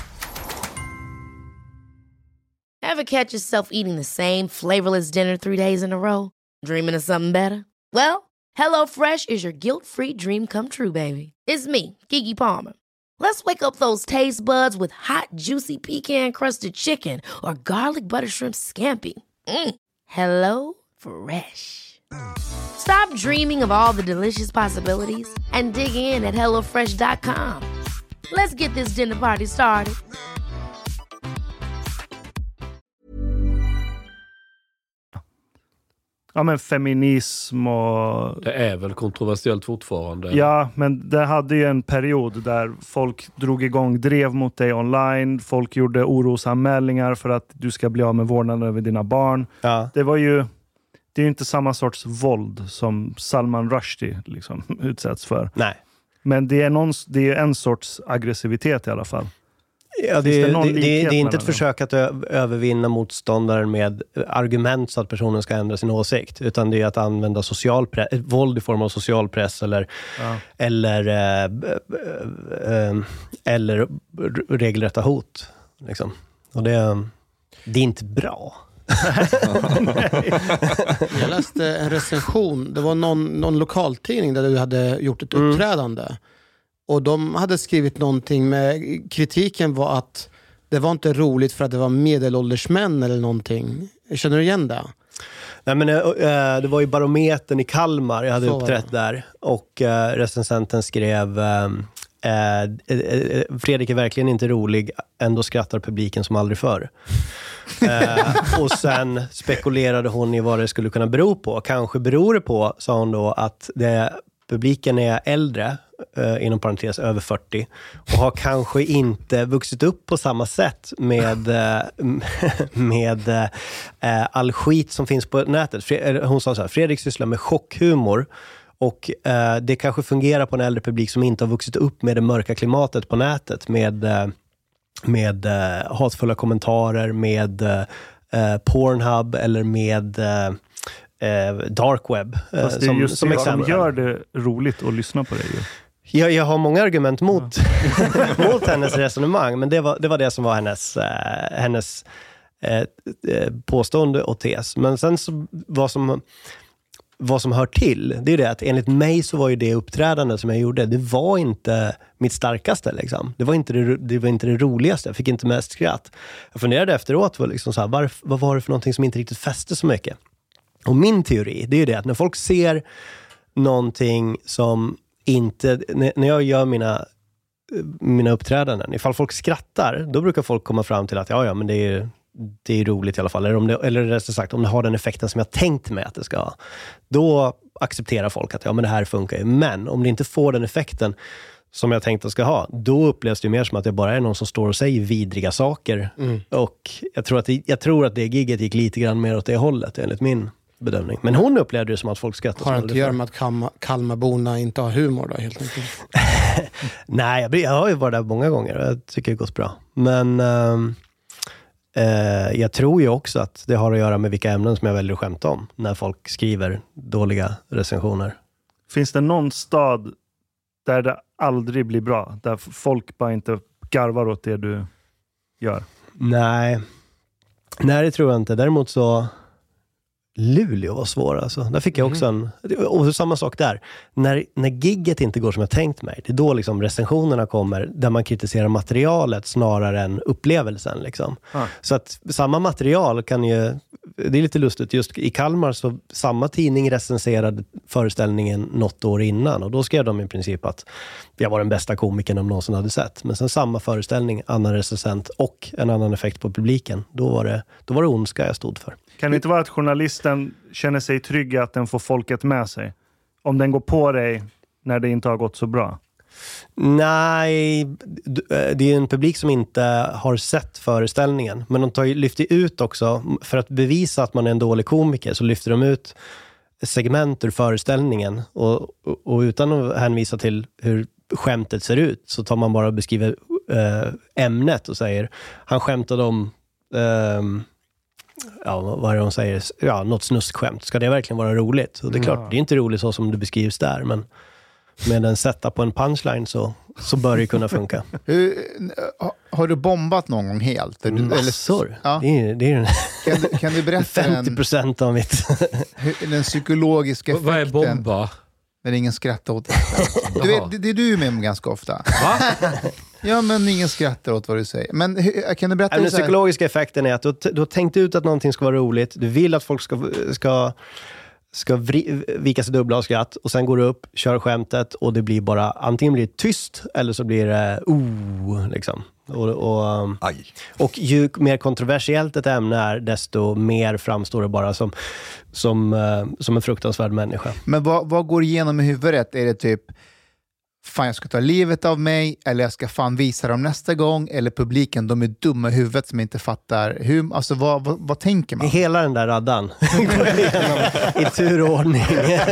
Ever catch yourself eating the same flavorless dinner 3 days in a row? Dreaming of something better? Well, HelloFresh is your guilt-free dream come true, baby. It's me, Keke Palmer. Let's wake up those taste buds with hot, juicy pecan-crusted chicken or garlic butter shrimp scampi. Hello Fresh. Stop dreaming of all the delicious possibilities and dig in at HelloFresh.com. Let's get this dinner party started. Ja, men feminism och... Det är väl kontroversiellt fortfarande. Ja, men det hade ju en period där folk drog igång drev mot dig online. Folk gjorde orosanmälningar för att du ska bli av med vårdnaden över dina barn. Ja. Det är ju inte samma sorts våld som Salman Rushdie liksom utsätts för. Nej. Men det är en sorts aggressivitet i alla fall. Ja, det är inte ett försök att övervinna motståndaren med argument så att personen ska ändra sin åsikt, utan det är att använda våld i form av social press eller regelrätta hot. Liksom. Och det är inte bra. Jag läste en recension. Det var någon lokaltidning där du hade gjort ett uppträdande. Och de hade skrivit någonting med kritiken var att det var inte roligt för att det var medelålders män eller någonting. Känner du igen det? Nej, men det var ju Barometern i Kalmar. Jag hade uppträtt där. Och recensenten skrev Fredrik är verkligen inte rolig. Ändå skrattar publiken som aldrig förr. Och sen spekulerade hon i vad det skulle kunna bero på. Kanske beror det på, sa hon då, att publiken är äldre inom parentes över 40 och har kanske inte vuxit upp på samma sätt med all skit som finns på nätet. Hon sa så här, Fredrik sysslar med chockhumor och det kanske fungerar på en äldre publik som inte har vuxit upp med det mörka klimatet på nätet, med hatfulla kommentarer, med Pornhub eller med dark web. Fast det är just som exempel. Som gör det roligt att lyssna på det ju. Jag har många argument mot hennes resonemang, men det var det som var hennes påstående och tes. Men sen så, vad som hör till, det är det att enligt mig så var ju det uppträdande som jag gjorde, det var inte mitt starkaste liksom. Det var inte det roligaste, jag fick inte mest skratt. Jag funderade efteråt på liksom så här, vad var det för någonting som inte riktigt fäste så mycket? Och min teori, det är ju det att när folk ser någonting som inte, när jag gör mina uppträdanden, ifall folk skrattar, då brukar folk komma fram till att ja men det är roligt i alla fall. Eller rättare sagt, om det har den effekten som jag tänkt mig att det ska ha. Då accepterar folk att ja men det här funkar ju. Men om det inte får den effekten som jag tänkte att det ska ha, då upplevs det mer som att det bara är någon som står och säger vidriga saker. Och jag tror att det gigget gick lite grann mer åt det hållet enligt min bedömning. Men hon upplevde det som att folk skrattar. Har det inte att göra med att Kalmarborna inte har humor då, helt enkelt? Nej, jag har ju varit där många gånger och jag tycker det gått bra. Men jag tror ju också att det har att göra med vilka ämnen som jag väljer att skämta om när folk skriver dåliga recensioner. Finns det någon stad där det aldrig blir bra? Där folk bara inte garvar åt det du gör? Nej, det tror jag inte. Däremot så Luleå var svår alltså. Där fick jag också och samma sak där. När gigget inte går som jag tänkt mig, det är då liksom recensionerna kommer där man kritiserar materialet snarare än upplevelsen liksom. Så att samma material kan ju, det är lite lustigt, just i Kalmar så samma tidning recenserade föreställningen något år innan och då skrev de i princip att jag var den bästa komikern de någonsin hade sett. Men sen samma föreställning, annan recensent och en annan effekt på publiken, då var det ondska jag stod för. Kan det inte vara att journalisten känner sig trygg att den får folket med sig? Om den går på dig när det inte har gått så bra? Nej, det är en publik som inte har sett föreställningen. Men de lyfter ut också, för att bevisa att man är en dålig komiker, så lyfter de ut segment ur föreställningen. Och utan att hänvisa till hur skämtet ser ut så tar man bara och beskriver ämnet och säger, han skämtade om... vad är det hon säger? Ja, något snuskskämt. Ska det verkligen vara roligt? Och det är klart, det är inte roligt så som det beskrivs där, men med en sätta på en punchline så bör det kunna funka. Har du bombat någon gång helt? Massor. Ja. Det är kan du berätta 50% av mitt... den psykologiska effekten. Vad är bomba? När ingen skrattar åt det. Du vet, det är du med om ganska ofta. Va? Ja, men ingen skrattar åt vad du säger. Men kan du berätta? Den psykologiska effekten är att du har tänkt ut att någonting ska vara roligt. Du vill att folk ska vika sig dubbla av skratt. Och sen går du upp, kör skämtet och det blir bara, antingen blir det tyst eller så blir det liksom. Och ju mer kontroversiellt ett ämne är, desto mer framstår det bara som en fruktansvärd människa. Men vad går igenom i huvudet? Är det typ, fan jag ska ta livet av mig, eller jag ska fan visa dem nästa gång, eller publiken, de är dumma i huvudet som inte fattar hur, alltså vad tänker man? Hela den där raddan går igenom i turordning.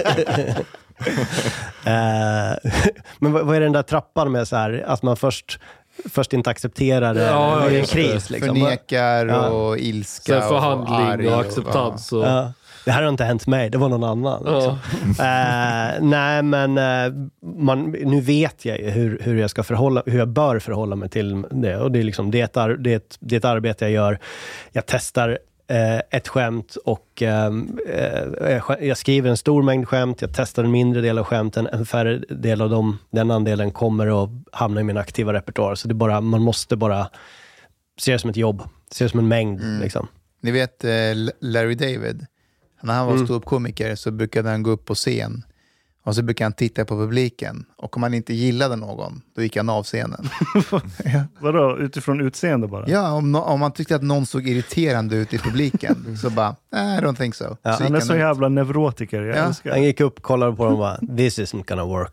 Men vad är den där trappan med så här, att man först inte accepterar en kris liksom. Förnekar och ilska och förhandling och acceptans och... Det här har inte hänt mig, det var någon annan. Liksom. Nej, men nu vet jag ju hur jag bör förhålla mig till det. Och det är liksom, det är ett arbete jag gör. Jag testar ett skämt och jag skriver en stor mängd skämt. Jag testar en mindre del av skämten. En färre del av den andelen kommer att hamna i min aktiva repertoar. Så man måste bara se det som ett jobb. Se det som en mängd. Liksom. Ni vet Larry David? När han var ståuppkomiker så brukade han gå upp på scen Och så brukar han titta på publiken. Och om han inte gillade någon, då gick han av scenen. Vadå? Utifrån utseende bara? Ja, om man tyckte att någon såg irriterande ut i publiken, så bara, I don't think so. Ja, så han är så ut. jävla neurotiker. Jag älskar. Han gick upp, kollade på dem och bara, this isn't gonna work.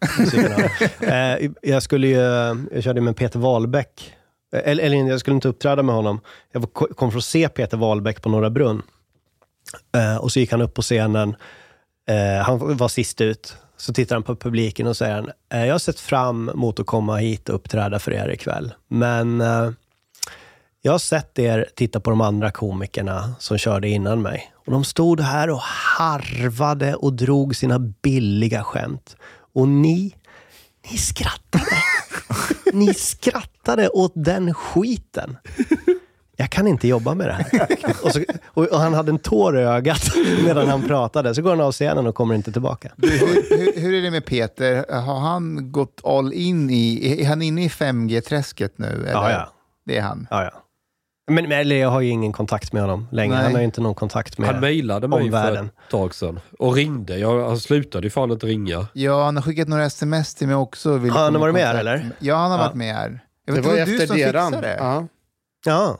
Jag körde med Peter Wahlbeck. Eller jag skulle inte uppträda med honom. Jag kom för att se Peter Wahlbeck på Norra Brunn. Och så gick han upp på scenen. Han var sist ut. Så tittar han på publiken och säger jag har sett fram emot att komma hit och uppträda för er ikväll. Men jag har sett er titta på de andra komikerna som körde innan mig. Och de stod här och harvade och drog sina billiga skämt. Och ni skrattade. Ni skrattade åt den skiten. Jag kan inte jobba med det här. Och han hade en tår i ögat medan han pratade. Så går han av scenen och kommer inte tillbaka. Hur är det med Peter? Har han gått all in är han inne i 5G-träsket nu? Eller? Ja. Det är han. Ja. Men jag har ju ingen kontakt med honom längre. Nej. Han har ju inte någon kontakt med omvärlden. Han mejlade mig för ett tag sedan. Och ringde. Han slutade ju fan inte ringa. Ja, han har skickat några sms till mig också. Han har varit med här, eller? Ja, han har varit med här. Det var efter det. Ja.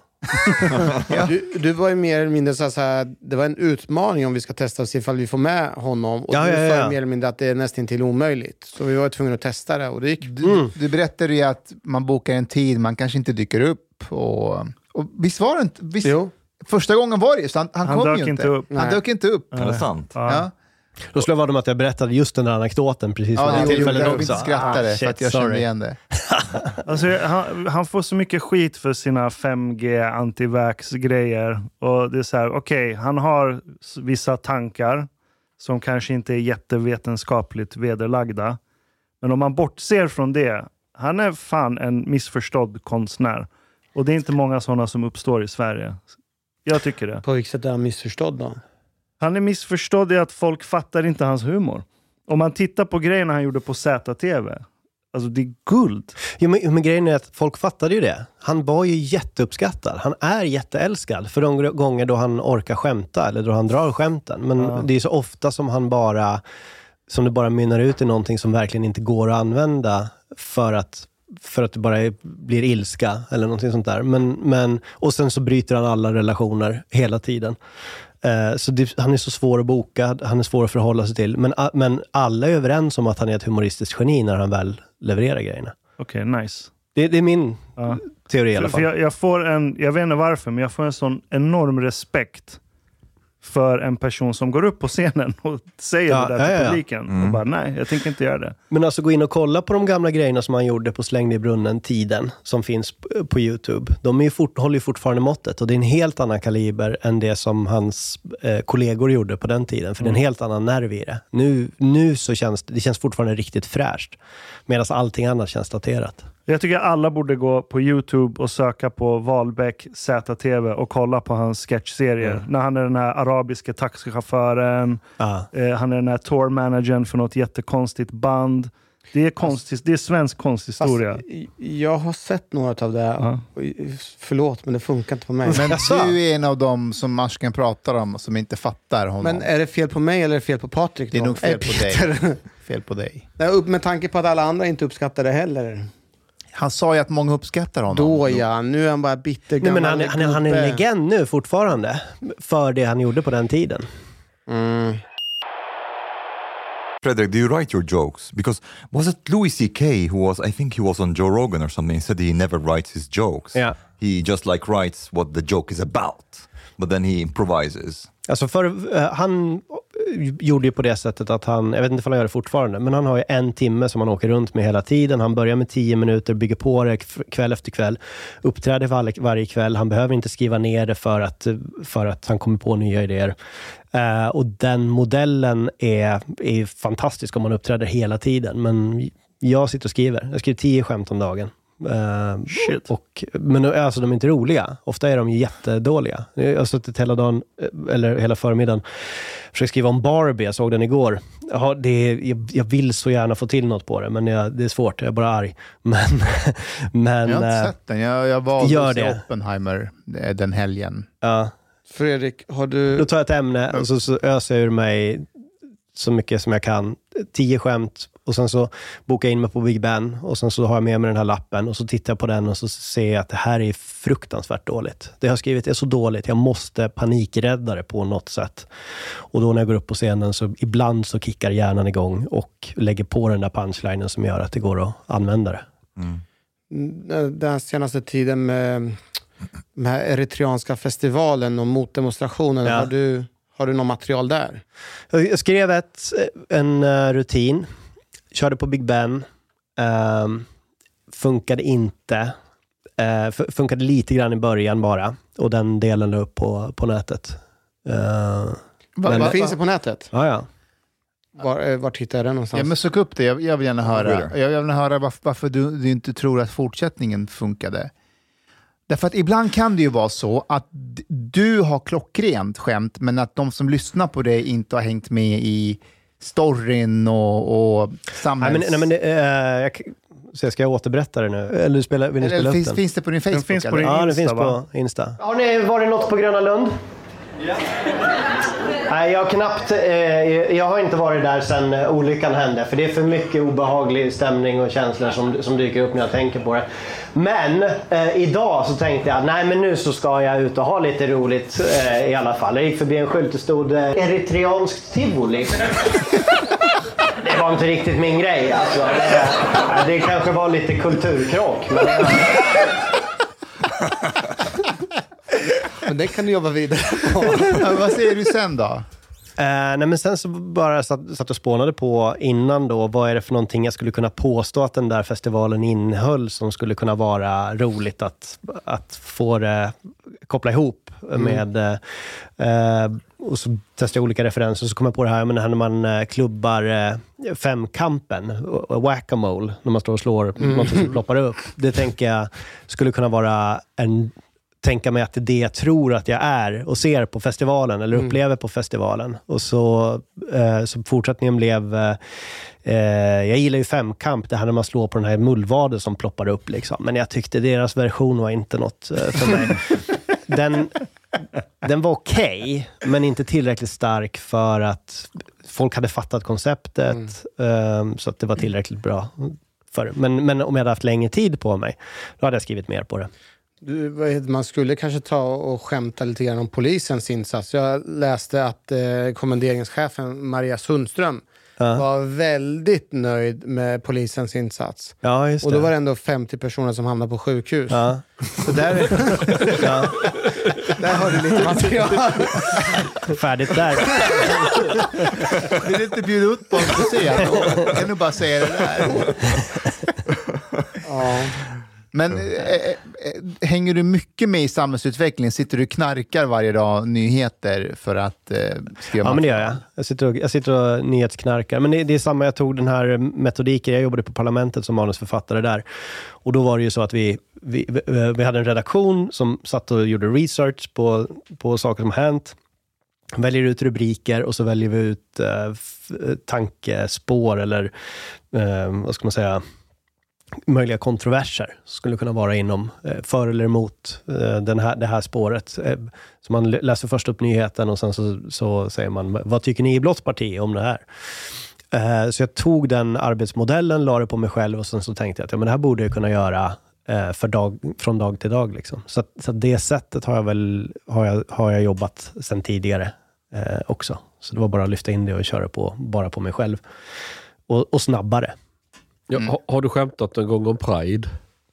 Du var ju mer eller mindre så här, det var en utmaning om vi ska testa och se ifall vi får med honom. Och du sa mer eller mindre att det är nästan till omöjligt. Så vi var tvungna att testa det och det gick. Du berättade ju att man bokar en tid, man kanske inte dyker upp. Och visst var det inte? Första gången var det ju, så han kom ju inte upp. Han dök inte upp. Är det sant? Ja. Då slår jag vad om att jag berättade just den där anekdoten precis vid det tillfället också. Jag inte skrattade för att jag kände igen det. Alltså, han får så mycket skit för sina 5G antivax-grejer. Och det är så här, okej, han har vissa tankar som kanske inte är jättevetenskapligt vederlagda. Men om man bortser från det, han är fan en missförstådd konstnär. Och det är inte många sådana som uppstår i Sverige. Jag tycker det. På vilket sätt är han missförstådd då? Han är missförstådd i att folk fattar inte hans humor. Om man tittar på grejerna han gjorde på ZTV. Alltså det är guld. Ja, men grejen är att folk fattade ju det. Han var ju jätteuppskattad. Han är jätteälskad för de gånger då han orkar skämta. Eller då han drar skämten. Men det är så ofta som det bara mynnar ut i någonting som verkligen inte går att använda. För att det bara blir ilska. Eller någonting sånt där. Och sen så bryter han alla relationer hela tiden. Så han är så svår att boka, han är svår att förhålla sig till. Men alla är överens om att han är ett humoristiskt geni när han väl levererar grejerna. Okej, nice. Det är min teori i alla fall. Jag vet inte varför, men jag får en sån enorm respekt för en person som går upp på scenen och säger det där till publiken. Och bara, nej, jag tänker inte göra det. Men alltså gå in och kolla på de gamla grejerna som han gjorde på Släng i brunnen, tiden, som finns på YouTube. De håller ju fortfarande måttet. Och det är en helt annan kaliber än det som hans kollegor gjorde på den tiden. För det är en helt annan nerv i det. Nu så känns det fortfarande riktigt fräscht. Medan allting annat känns daterat. Jag tycker alla borde gå på YouTube och söka på Wahlbeck ZTV och kolla på hans sketchserier. När han är den här arabiska taxichauffören. Han är den här tourmanagern för något jättekonstigt band. Det är konstigt, det är svensk konsthistoria. Jag har sett några av det. Förlåt, men det funkar inte på mig. Men du är en av dem som Marsken pratar om och som inte fattar honom. Men är det fel på mig eller är det fel på Patrik? Det är nog fel på dig. Fel på dig. Med tanke på att alla andra inte uppskattar det heller. Han sa ju att många uppskattar honom. Nu är han bara bitter gammal. Nej, men han är en legend nu fortfarande. För det han gjorde på den tiden. Fredrik, do you write your jokes? Because was it Louis C.K. I think he was on Joe Rogan or something, he said he never writes his jokes. Yeah. He just like writes what the joke is about. But then he improvises. Alltså han gjorde ju på det sättet att jag vet inte om han gör det fortfarande, men han har ju 1 timme som han åker runt med hela tiden. Han börjar med 10 minuter, bygger på det kväll efter kväll, uppträder varje kväll. Han behöver inte skriva ner det för att han kommer på nya idéer. Och den modellen är fantastisk om man uppträder hela tiden. Men jag sitter och skriver. Jag skriver 10 skämt om dagen. Men alltså, de är inte roliga. Ofta är de jättedåliga. Jag har suttit hela dagen, eller hela förmiddagen, försökt skriva om Barbie. Jag såg den igår. Jag vill så gärna få till något på det, men det är svårt. Jag är bara arg. Men jag har inte sett den. Jag valde att se det. Oppenheimer den helgen. Ja. Fredrik, har du... Då tar jag ett ämne och så öser jag ur mig så mycket som jag kan. 10 skämt och sen så bokar jag in mig på Big Ben och sen så har jag med mig den här lappen och så tittar jag på den och så ser jag att det här är fruktansvärt dåligt. Det jag har skrivit är så dåligt. Jag måste panikrädda det på något sätt. Och då när jag går upp på scenen så ibland så kickar hjärnan igång och lägger på den där punchlinen som gör att det går att använda det. Den senaste tiden med eritreanska festivalen och motdemonstrationen, har du något material där? Jag skrev en rutin, körde på Big Ben, funkade inte, funkade lite grann i början bara, och den delen la upp på nätet. Vad finns det på nätet? Ja. Var hittar jag den någonstans? Ja, men sök upp det. Jag vill gärna höra. Jag vill höra varför du inte tror att fortsättningen funkade. Därför att ibland kan det ju vara så att du har klockrent skämt, men att de som lyssnar på dig inte har hängt med i storyn och samhälls... Så ska jag återberätta det nu? Eller vill ni spela upp den? Finns det på din Facebook? Finns på din Insta, det finns va? på Insta. Har ni varit något på Gröna Lund? Ja. Nej, jag har inte varit där sedan olyckan hände, för det är för mycket obehaglig stämning och känslor som dyker upp när jag tänker på det. Men idag så tänkte jag, nej men nu så ska jag ut och ha lite roligt i alla fall. Jag gick förbi en skylt, det stod eritreanskt tivoli. Det var inte riktigt min grej alltså. Det kanske var lite kulturkrock, men... Men det kan du jobba vidare på. Vad säger du sen då? Nej, men sen så bara satt och spånade på innan då, vad är det för någonting jag skulle kunna påstå att den där festivalen innehöll som skulle kunna vara roligt att få det koppla ihop med och så testade jag olika referenser, så kom jag på det här, men när man klubbar femkampen, whack-a-mole, när man står och slår något som ploppar upp, det tänker jag skulle kunna vara tänka mig att det är det jag tror att jag är och ser på festivalen eller upplever på festivalen. Och så fortsättningen blev jag gillar ju femkamp, det här när man slår på den här mullvaden som ploppar upp liksom. Men jag tyckte deras version var inte något för mig. Den var okej, men inte tillräckligt stark för att folk hade fattat konceptet så att det var tillräckligt bra för. Men om jag hade haft längre tid på mig, då hade jag skrivit mer på det. Man skulle kanske ta och skämta lite grann om polisens insats. Jag läste att kommenderingschefen Maria Sundström var väldigt nöjd med polisens insats. Ja, just det. Och då var det ändå 50 personer som hamnade på sjukhus. Ja. Så där har du lite material. Färdigt där. Vill du inte bjuda ut på att se? Kan du bara säga det där? Ja. Men hänger du mycket med i samhällsutvecklingen? Sitter du och knarkar varje dag nyheter för att skriva? Ja, men det gör jag. Jag sitter och nyhetsknarkar. Men det är samma, jag tog den här metodiken. Jag jobbade på parlamentet som manusförfattare där. Och då var det ju så att vi hade en redaktion som satt och gjorde research på saker som hänt. Väljer ut rubriker och så väljer vi ut tankespår eller vad ska man säga, möjliga kontroverser skulle kunna vara inom för eller emot det här spåret. Så man läser först upp nyheten och sen så säger man, vad tycker ni i Blått parti om det här? Så jag tog den arbetsmodellen, la det på mig själv och sen så tänkte jag att men det här borde jag kunna göra från dag till dag. Liksom. Så det sättet har jag jobbat sedan tidigare också. Så det var bara att lyfta in det och köra bara på mig själv. Och snabbare. Ja, har du skämtat en gång om Pride?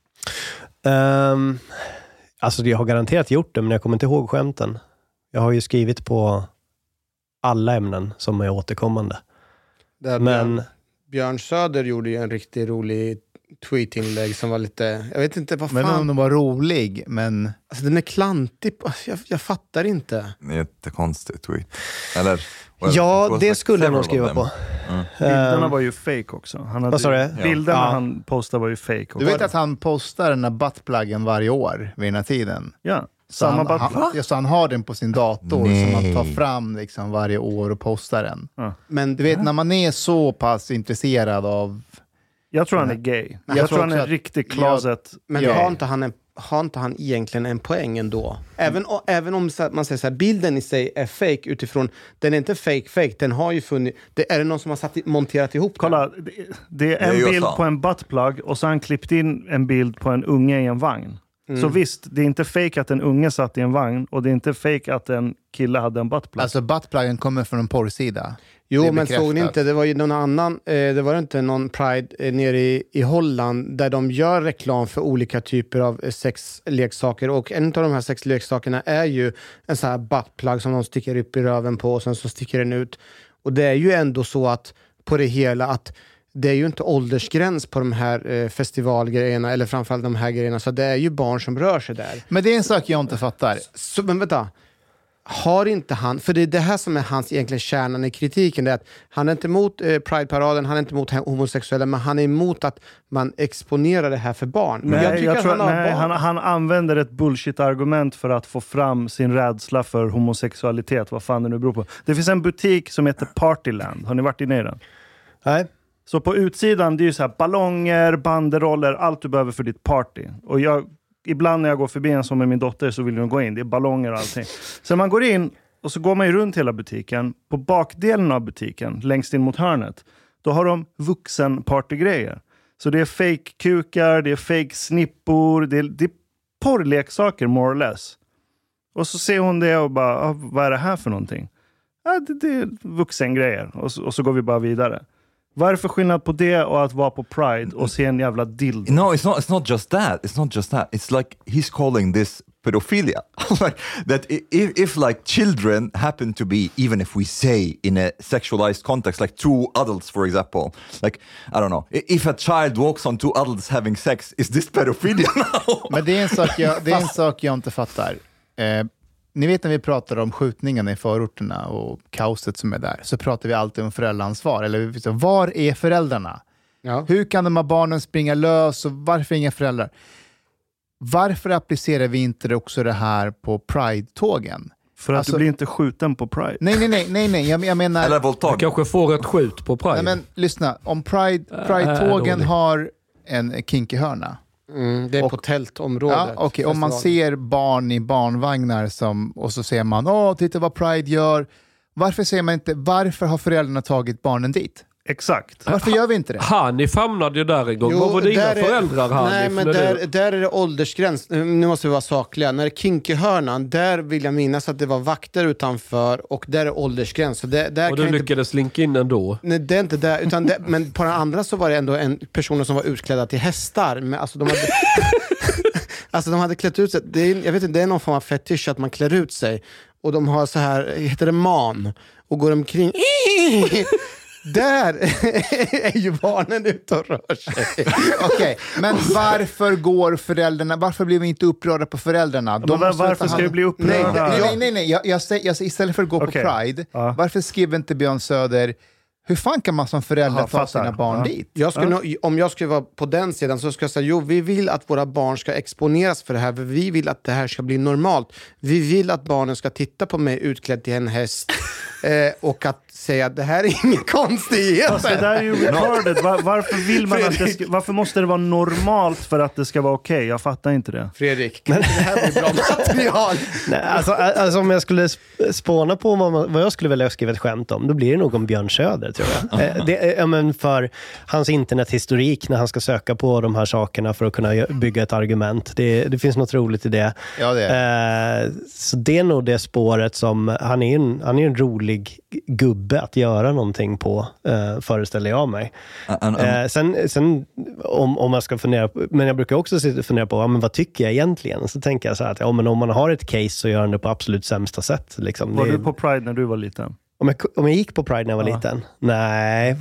Alltså jag har garanterat gjort det, men jag kommer inte ihåg skämten. Jag har ju skrivit på alla ämnen som är återkommande. Björn Söder gjorde ju en riktigt rolig tweetinlägg som var lite, jag vet inte vad fan. Men om den var rolig, men... Alltså den är klantig, jag fattar inte. Det är jättekonstigt tweet. Eller... Ja, det skulle jag nog skriva på. Bilderna var ju fake också. Bilderna han postade var ju fake. Du vet att han postar den här buttpluggen varje år vid den här tiden? Ja, samma buttplug. Så han har den på sin dator som han tar fram liksom varje år och postar den. Ja. Men du vet, när man är så pass intresserad av... Jag tror han är gay. Jag tror han är riktigt closet. Men har inte han en har inte han egentligen en poäng ändå? Även om man säger så här, bilden i sig är fake utifrån, den är inte fake, den har ju funnits. Är det någon som har monterat ihop Kolla, det är en bild på en buttplug och så har han klippt in en bild på en unge i en vagn. Så visst, det är inte fake att en unge satt i en vagn och det är inte fake att en kille hade en buttplug. Alltså buttpluggen kommer från en porrsida. Jo, men såg ni inte, det var ju någon annan, det var inte någon Pride nere i Holland där de gör reklam för olika typer av sexleksaker, och en av de här sexleksakerna är ju en sån här buttplug som de sticker upp i röven på och sen så sticker den ut. Och det är ju ändå så att på det hela att det är ju inte åldersgräns på de här festivalgrejerna eller framförallt de här grejerna, så det är ju barn som rör sig där. Men det är en sak jag inte fattar. Så, men vänta. Har inte han, för det är det här som är hans egentligen kärnan i kritiken, det är att han är inte emot Pride-paraden, han är inte emot homosexuella, men han är emot att man exponerar det här för barn. Nej, han använder ett bullshit-argument för att få fram sin rädsla för homosexualitet, vad fan det nu beror på. Det finns en butik som heter Partyland, har ni varit inne i den? Nej. Så på utsidan, det är ju så här ballonger, banderoller, allt du behöver för ditt party. Och ibland när jag går förbi en som med min dotter så vill jag gå in. Det är ballonger och allting. Så man går in och så går man ju runt hela butiken. På bakdelen av butiken, längst in mot hörnet, då har de vuxenpartygrejer. Så det är fake-kukar, det är fake-snippor, det är porrleksaker more or less. Och så ser hon det och bara, vad är det här för någonting? Det är vuxengrejer. Och så går vi bara vidare. Vad är för skillnad på det och att vara på Pride och se en jävla dildo? No, it's not just that. It's like he's calling this pedophilia. Like that if like children happen to be, even if we say in a sexualized context, like two adults, for example, like, I don't know, if a child walks on two adults having sex, is this pedophilia now? Men det är en sak jag inte fattar. Ni vet när vi pratar om skjutningarna i förorterna och kaoset som är där, så pratar vi alltid om föräldraansvar. Eller var är föräldrarna? Ja. Hur kan de här barnen springa lös och varför inga föräldrar? Varför applicerar vi inte också det här på Pride-tågen? För att du blir inte skjuten på Pride. Nej. Jag menar... Eller våldtag. Du kanske får ett skjut på Pride. Nej, men lyssna. Om Pride-tågen har en kinky hörna. Det är på tältområdet. Ja, okej. Om man ser barn i barnvagnar och så ser man, titta vad Pride gör. Varför säger man inte, varför har föräldrarna tagit barnen dit? Exakt. Varför gör vi inte det? Hanif famnade ju där en gång. Vad var dina föräldrar, Hanif? Nej, men där är det åldersgräns. Nu måste vi vara sakliga. När det är kinky-hörnan, där vill jag minnas att det var vakter utanför och där är åldersgräns. Så där och du lyckades slinka in ändå? Nej, det är inte där. Utan men på den andra så var det ändå en person som var utklädda till hästar. Men, de hade klätt ut sig. Jag vet inte, det är någon form av fetisch att man klär ut sig. Och de har så här, heter det man? Och går omkring... Där är ju barnen ute och rör sig. Okej, men varför blir vi inte upprörda på föräldrarna? Varför ska vi bli upprörda? Nej. Jag istället för att gå på Pride, varför skriver inte Björn Söder, hur fan kan man som förälder ta sina barn dit? Om jag skulle vara på den sidan så ska jag säga, vi vill att våra barn ska exponeras för det här. Vi vill att det här ska bli normalt. Vi vill att barnen ska titta på mig utklädd till en häst och att säga att det här är ingen konstighet. Alltså, det där är ju retarded. Varför vill man att varför måste det vara normalt för att det ska vara okej? Jag fattar inte det. Fredrik, det här blir bra material. Nej, alltså om jag skulle spåna på vad jag skulle vilja skriva ett skämt om, då blir det nog om Björn Söder, tror jag. Men för hans internethistorik när han ska söka på de här sakerna för att kunna bygga ett argument. Det finns något roligt i det. Ja, det är. Så det är nog det spåret som han är en rolig gubbe att göra någonting på, föreställer jag mig. Sen om man ska fundera, men jag brukar också fundera på men vad tycker jag egentligen? Så tänker jag så här att men om man har ett case så gör han det på absolut sämsta sätt. Liksom. Var du på Pride när du var liten? Om jag gick på Pride när jag var liten? Nej.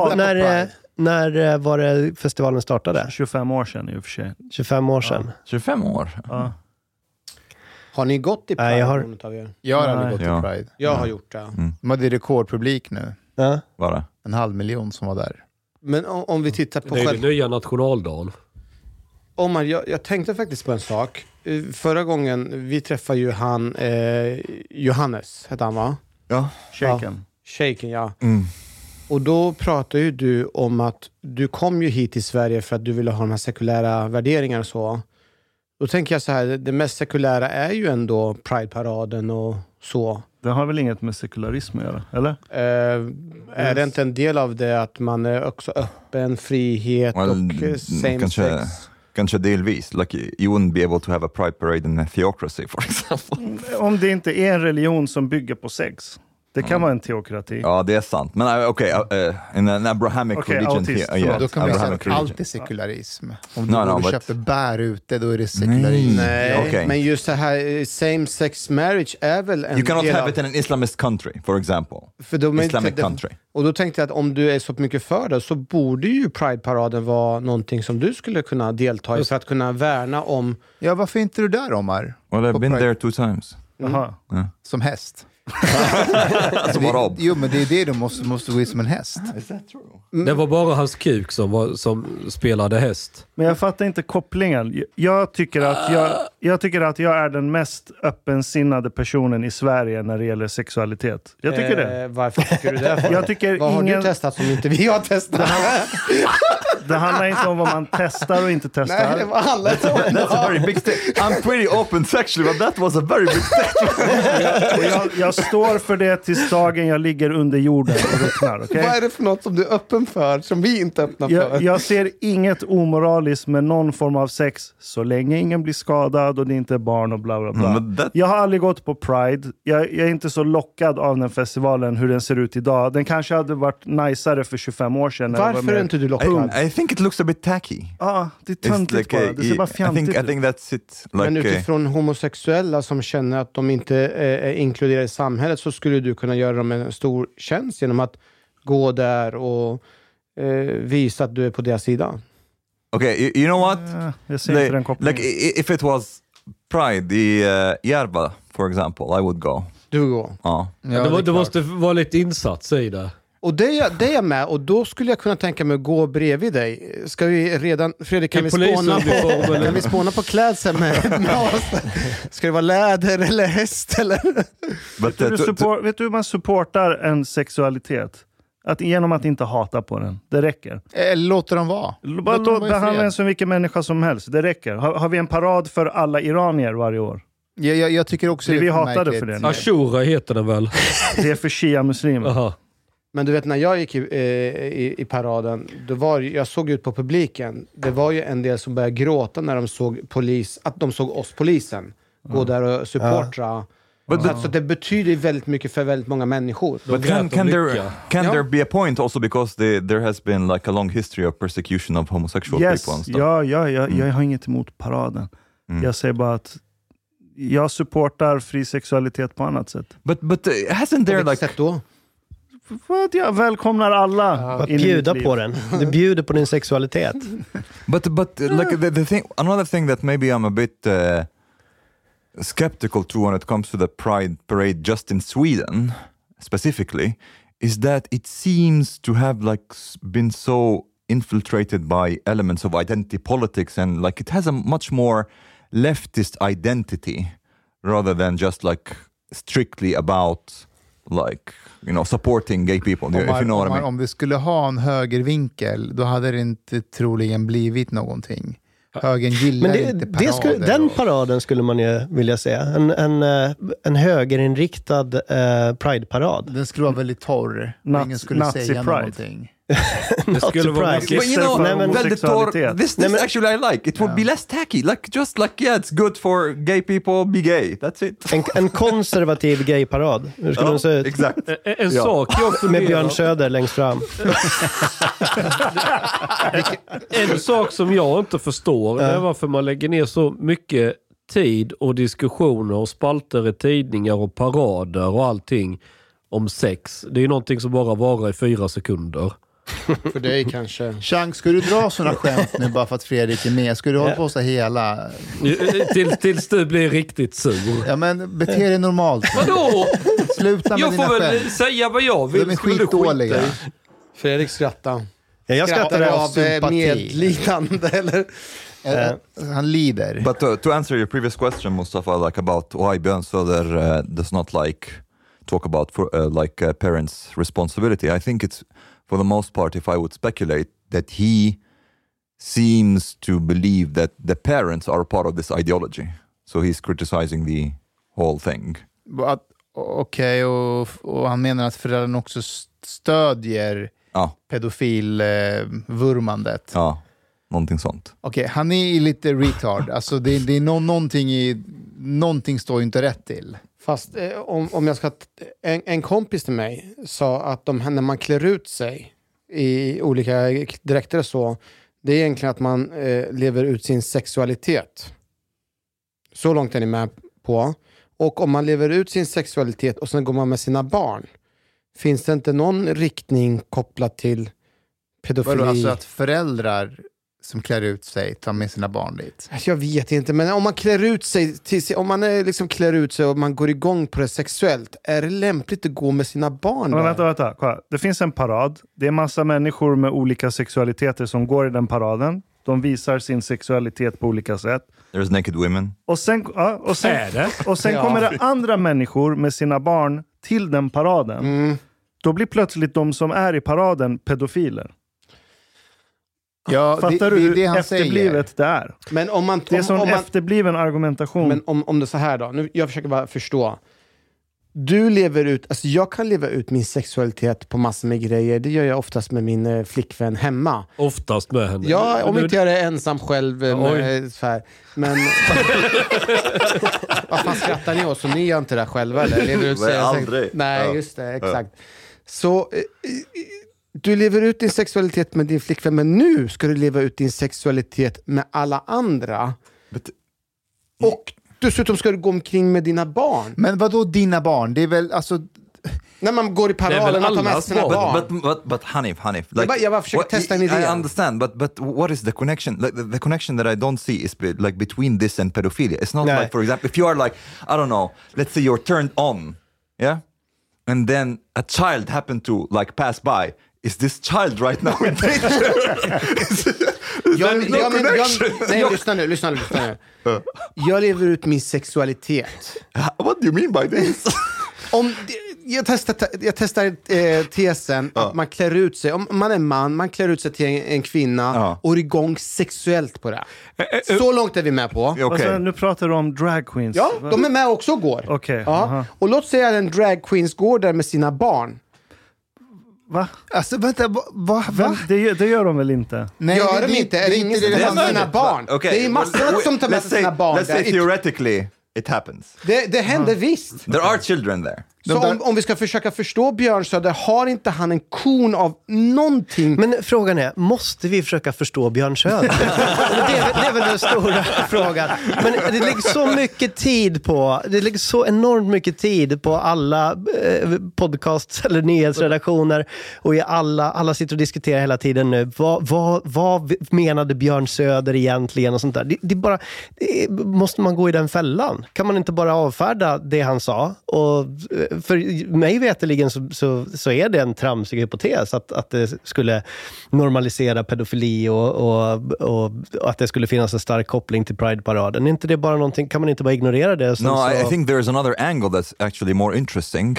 När var det festivalen startade? 25 år sedan i och för sig. 25 år sedan. 25 år? Ja. Har ni gått i Pride? Nej, jag har aldrig gått i Pride. Jag har gjort det. De hade rekordpublik nu. Ja. Var det? 500 000 som var där. Men om vi tittar på... Det är den nya nationaldagen. Jag tänkte faktiskt på en sak. Förra gången vi träffade ju han Johannes, hette han, va? Ja. Shaken, ja. Och då pratade ju du om att du kom ju hit till Sverige för att du ville ha de här sekulära värderingar och så. Då tänker jag så här, det mest sekulära är ju ändå Pride-paraden och så. Det har väl inget med sekularism att göra, eller? Är det inte en del av det att man är också öppen, frihet och same sex? Kanske delvis. Like you wouldn't be able to have a pride parade in a theocracy, for example. Om det inte är en religion som bygger på sex. Det kan vara en teokrati. Ja, det är sant. Men okej, in an Abrahamic religion då kan man säga att allt är sekularism. Om du köper bär ute, då är det sekularism. Nej, men just det här same sex marriage är väl en You cannot have it in an Islamist country, for example. Islamic country. Och då tänkte jag att om du är så mycket för det så borde ju Pride-paraden vara någonting som du skulle kunna delta i för att kunna värna om... Ja, varför inte du där, Omar? Well, I've been there 2 times. Som häst. Jo, men det är det du måste gå i som en häst. Is that true? Det var bara hans kuk som spelade häst. Men jag fattar inte kopplingen. Jag tycker att jag är den mest öppensinnade personen i Sverige när det gäller sexualitet. Jag tycker det. Varför tycker du det? Vad har du testat som inte vi har testat? Det handlar inte om vad man testar och inte testar. Nej, det handlar inte om That's a very big statement. I'm pretty open sexually, but that was a very big statement. Jag står för det tills dagen jag ligger under jorden och ruttnar, okay? Vad är det för något som du är öppen för, som vi inte öppnar för? Jag ser inget omoraliskt med någon form av sex, så länge ingen blir skadad och det inte är barn och bla bla bla. Jag har aldrig gått på Pride. Jag är inte så lockad av den festivalen, hur den ser ut idag. Den kanske hade varit najsare för 25 år sedan. Varför är inte du lockad? I think it looks a bit tacky. Det är töntigt bara. Det ser bara fjantigt ut. I think that's it. Like, men utifrån homosexuella som känner att de inte är inkluderade i samhället, så skulle du kunna göra dem en stor tjänst genom att gå där och visa att du är på deras sida. Okay, you know what? Jag ser inte den kopplingen. Like if it was Pride i Järva, for example, I would go. Du går. Ja. Det måste vara lite insats i det. Och det är med, och då skulle jag kunna tänka mig att gå bredvid dig. Ska vi redan, Fredrik, kan vi spåna på klädsel med oss? Ska det vara läder eller häst eller? Vet du hur man supportar en sexualitet? Genom att inte hata på den. Det räcker. Låter dem vara. Bara behandla den som vilken människa som helst. Det räcker. Har vi en parad för alla iranier varje år? Jag tycker också vi hatade för det. Ashura heter den väl? Det är för shia-muslimer. Aha. Men du vet, när jag gick i paraden, jag såg ut på publiken. Det var ju en del som började gråta när de såg att de såg oss, polisen, gå där och supportra. Så det betyder väldigt mycket för väldigt många människor. But can there be a point also because there has been like a long history of persecution of homosexual people and stuff? Jag har inget emot paraden. Jag säger bara att jag supportar fri sexualitet på annat sätt. But hasn't there like... sätt då? Jag välkomnar alla. Att bjuda på den. Du bjuder på din sexualitet. But like the thing, another thing that maybe I'm a bit skeptical to when it comes to the Pride parade just in Sweden specifically is that it seems to have like been so infiltrated by elements of identity politics, and like it has a much more leftist identity rather than just like strictly about like, you know, supporting gay people. If you know what I mean. Om vi skulle ha en högervinkel, då hade det inte troligen blivit någonting. Högern gillar inte parader. Den paraden skulle man ju vilja se. En högerinriktad Pride-parad. Den skulle vara väldigt torr. Ingen skulle säga någonting. Det skulle vara väldigt torr. This actually I like. It would be less tacky. Just like, yeah, it's good for gay people, be gay. That's it. En konservativ gay-parad. Hur skulle den se ut? Exakt. En sak jag med Björn Söder längst fram. En sak som jag inte förstår är varför man lägger ner så mycket tid och diskussioner och spalter i tidningar och parader och allting om sex. Det är någonting som bara varar i 4 sekunder. För dig kanske. Chang, ska du dra såna skämt nu bara för att Fredrik är med? Ska du hålla på så hela... Tills du blir riktigt sur. Ja, men bete dig normalt. Vadå? Sluta med jag dina får väl skämt. säga vad jag vill. De är skitdåliga. Fredrik skrattar. Jag skrattar av sympati. Medlidande eller... Han lider. But to answer your previous question, Mustafa, like about why Björn Söder does not like talk about parents' responsibility, I think it's for the most part, if I would speculate, that he seems to believe that the parents are a part of this ideology. So he's criticizing the whole thing. Okej, och han menar att föräldrarna också stödjer pedofilvurmandet. Ja, någonting sånt. Okej, han är lite retard. Alltså det är någonting står ju inte rätt till. Fast om jag ska... En kompis till mig sa att när man klär ut sig i olika dräkter så, det är egentligen att man lever ut sin sexualitet. Så långt är ni med på. Och om man lever ut sin sexualitet och sen går man med sina barn, finns det inte någon riktning kopplat till pedofili? Vadå, alltså att föräldrar som klär ut sig tar med sina barn dit? Jag vet inte, men om man klär ut sig om man liksom klär ut sig och man går igång på det sexuellt, är det lämpligt att gå med sina barn där? Vänta. Kolla. Det finns en parad. Det är massa människor med olika sexualiteter som går i den paraden. De visar sin sexualitet på olika sätt. There's naked women. Och sen kommer det andra människor med sina barn till den paraden. Då blir plötsligt de som är i paraden pedofiler. Ja, fattar du hur efterblivet det är? Men det är sån efterbliven argumentation. Men om det är så här då. Nu, jag försöker bara förstå. Du lever ut, alltså jag kan leva ut min sexualitet på massor med grejer. Det gör jag oftast med min flickvän hemma. Oftast med henne? Ja, om inte jag är ensam själv. Så här. Men vad fan skrattar ni åt? Så ni gör inte det själva? Eller? Lever ut aldrig. Nej, just det, exakt. Så du lever ut din sexualitet med din flickvän, men nu ska du leva ut din sexualitet med alla andra. Och dessutom ska du gå omkring med dina barn. Men vadå dina barn? Det är väl alltså... När man går i paraden och tar med sina barn. But Hanif, like, jag bara försöker testa en idé. I understand, but what is the connection? Like, the connection that I don't see is like between this and pedophilia. It's not like, for example, if you are like, I don't know, let's say you're turned on, yeah? And then a child happened to like pass by. Is this child right now in danger? Nej, lyssna nu. Jag lever ut min sexualitet. What do you mean by this? Jag testar tesen att man klär ut sig. Om man är man, man klär ut sig till en kvinna och är igång sexuellt på det. Så långt är vi med på. Okay. Alltså, nu pratar du om drag queens. Ja, de är med också och går. Okay. Ja. Och låt säga att en drag queens går där med sina barn. Va? Alltså vänta, va? Det gör de väl inte? Nej, gör de inte? Är det ingen som tar med sina barn? Okay. Det är massor som tar med sina barn. Let's say theoretically it happens. Det händer visst. There are children there. Så om vi ska försöka förstå Björn Söder, har inte han en kon av någonting? Men frågan är, måste vi försöka förstå Björn Söder? det är väl den stora frågan. Men det ligger så mycket tid på, det ligger så enormt mycket tid på alla podcasts eller nyhetsredaktioner och i alla sitter och diskuterar hela tiden nu. Vad menade Björn Söder egentligen och sånt där? Måste man gå i den fällan? Kan man inte bara avfärda det han sa? Och för mig veteligen så är det en tramsig hypotes att det skulle normalisera pedofili och att det skulle finnas en stark koppling till Pride-paraden. Är inte det bara någonting, kan man inte bara ignorera det? No, I think there's another angle that's actually more interesting.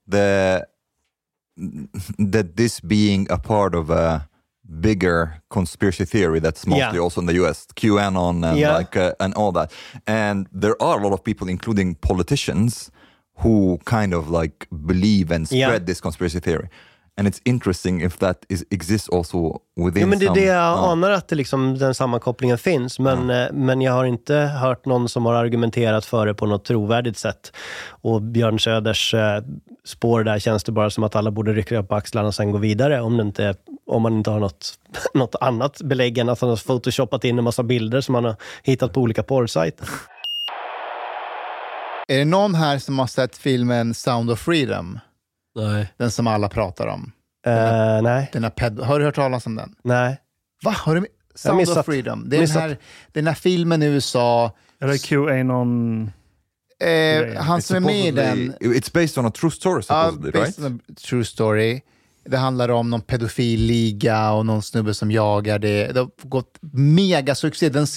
That this being a part of a bigger conspiracy theory that's mostly also in the US, QAnon and and all that. And there are a lot of people, including politicians, who kind of like believe and spread this conspiracy theory. And it's interesting if that exists also within men det är det jag anar att det liksom, den sammankopplingen finns. Men jag har inte hört någon som har argumenterat för det på något trovärdigt sätt. Och Björn Söders spår där känns det bara som att alla borde rycka upp axlarna och sen gå vidare. Om man inte har något annat belägg än att han har photoshoppat in en massa bilder som man har hittat på olika porrsajter. Är det någon här som har sett filmen Sound of Freedom? Nej. Den som alla pratar om. Nej. Har du hört talas om den? Nej. Va? Har du Sound of Freedom? Det är den här filmen i USA. Är det QAnon? Han som är med i den. It's based on a true story, supposedly, right? Based on a true story. Det handlar om någon pedofilliga och någon snubbe som jagar det. Det har gått mega succé. Den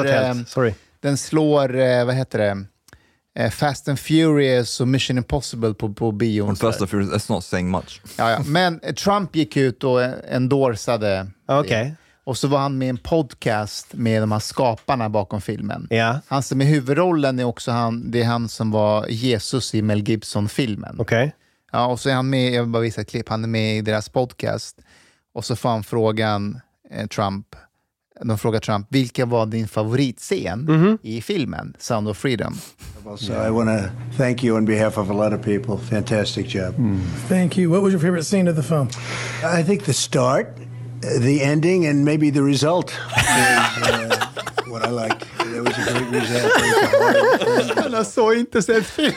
slår vad heter det? Fast and Furious och Mission Impossible på bio. Fast and Furious, that's not saying much. Ja. Men Trump gick ut och endorsade. Okay. Och så var han med i en podcast med de här skaparna bakom filmen. Ja. Han som är huvudrollen är också det är han som var Jesus i Mel Gibson-filmen. Okej. Ja, och så är han med, jag vill bara visa ett klipp, han är med i deras podcast. Och så får han frågan de frågar Trump, vilka var din favoritscen i filmen Sound of Freedom? So I want to thank you on behalf of a lot of people. Fantastic job. Thank you. What was your favorite scene of the film? I think the start, the ending, and maybe the result is what I like. There was a great result. Han har så inte sett film.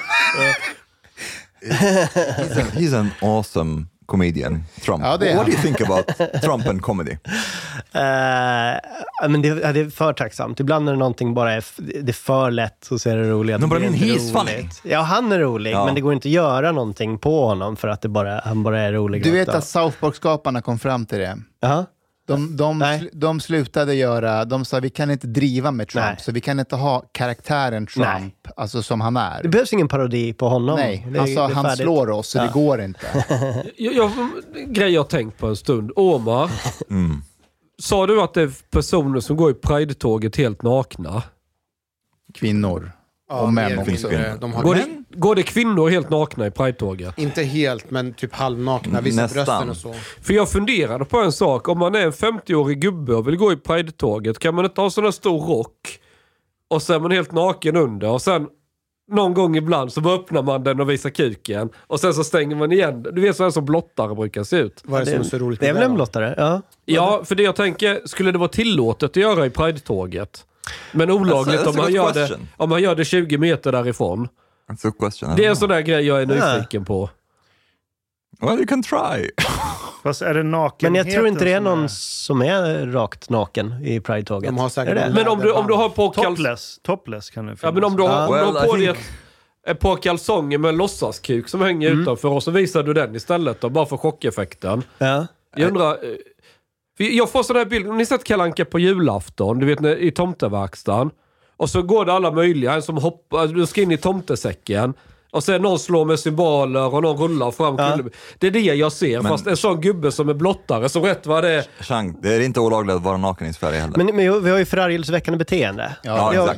He's an awesome comedian, Trump. Ja, What do you think about Trump and comedy? Men det är för tacksamt. Ibland är det någonting bara det är för lätt så ser det roligt. No, but I mean, he's funny. Ja, han är rolig, men det går inte att göra någonting på honom för att han bara är rolig. Du vet att South Park-skaparna kom fram till det. Jaha. De slutade göra, de sa vi kan inte driva med Trump, så vi kan inte ha karaktären Trump, alltså som han är. Det behövs ingen parodi på honom. Nej, han slår oss så det går inte. Grej jag har tänkt på en stund. Omar, sa du att det är personer som går i Pride-tåget helt nakna? Kvinnor. Och män också. Går det kvinnor helt nakna i Pride-tåget? Inte helt, men typ halvnakna. Vissa brösten och så. För jag funderade på en sak. Om man är en 50-årig gubbe och vill gå i Pride-tåget, kan man inte ha sån här stor rock och sen är man helt naken under och sen någon gång ibland så bara öppnar man den och visar kuken och sen så stänger man igen. Du vet så här som blottare brukar se ut. Vad är det som är så roligt? Det är väl en blottare? Ja. Ja, för det jag tänker, skulle det vara tillåtet att göra i Pride-tåget? Men olagligt om man gör det 20 meter därifrån. Det är en sån där grej jag är nyfiken på. Well, you can try. Fast är det naken? Men jag tror inte det är någon som är rakt naken i Pride-tåget. De har säkert men om du har på topless kan det finnas. Ja, men om du har på dig ett par kalsonger med en låtsaskuk som hänger utanför och så visar du den istället då, bara för chockeffekten. Ja. Jag undrar, jag får sån här bild, ni sett Kalle Anka på julafton, du vet i tomteverkstan. Och så går det alla möjliga, en som hoppar, du ska in i tomtesäcken. Och sen någon slår med symboler och någon rullar fram. Det är det jag ser, fast en sån gubbe som är blottare, som rätt vad det är. Det är inte olagligt att vara naken i Sverige heller. Men vi har ju förargelseväckande beteende. Ja, exakt.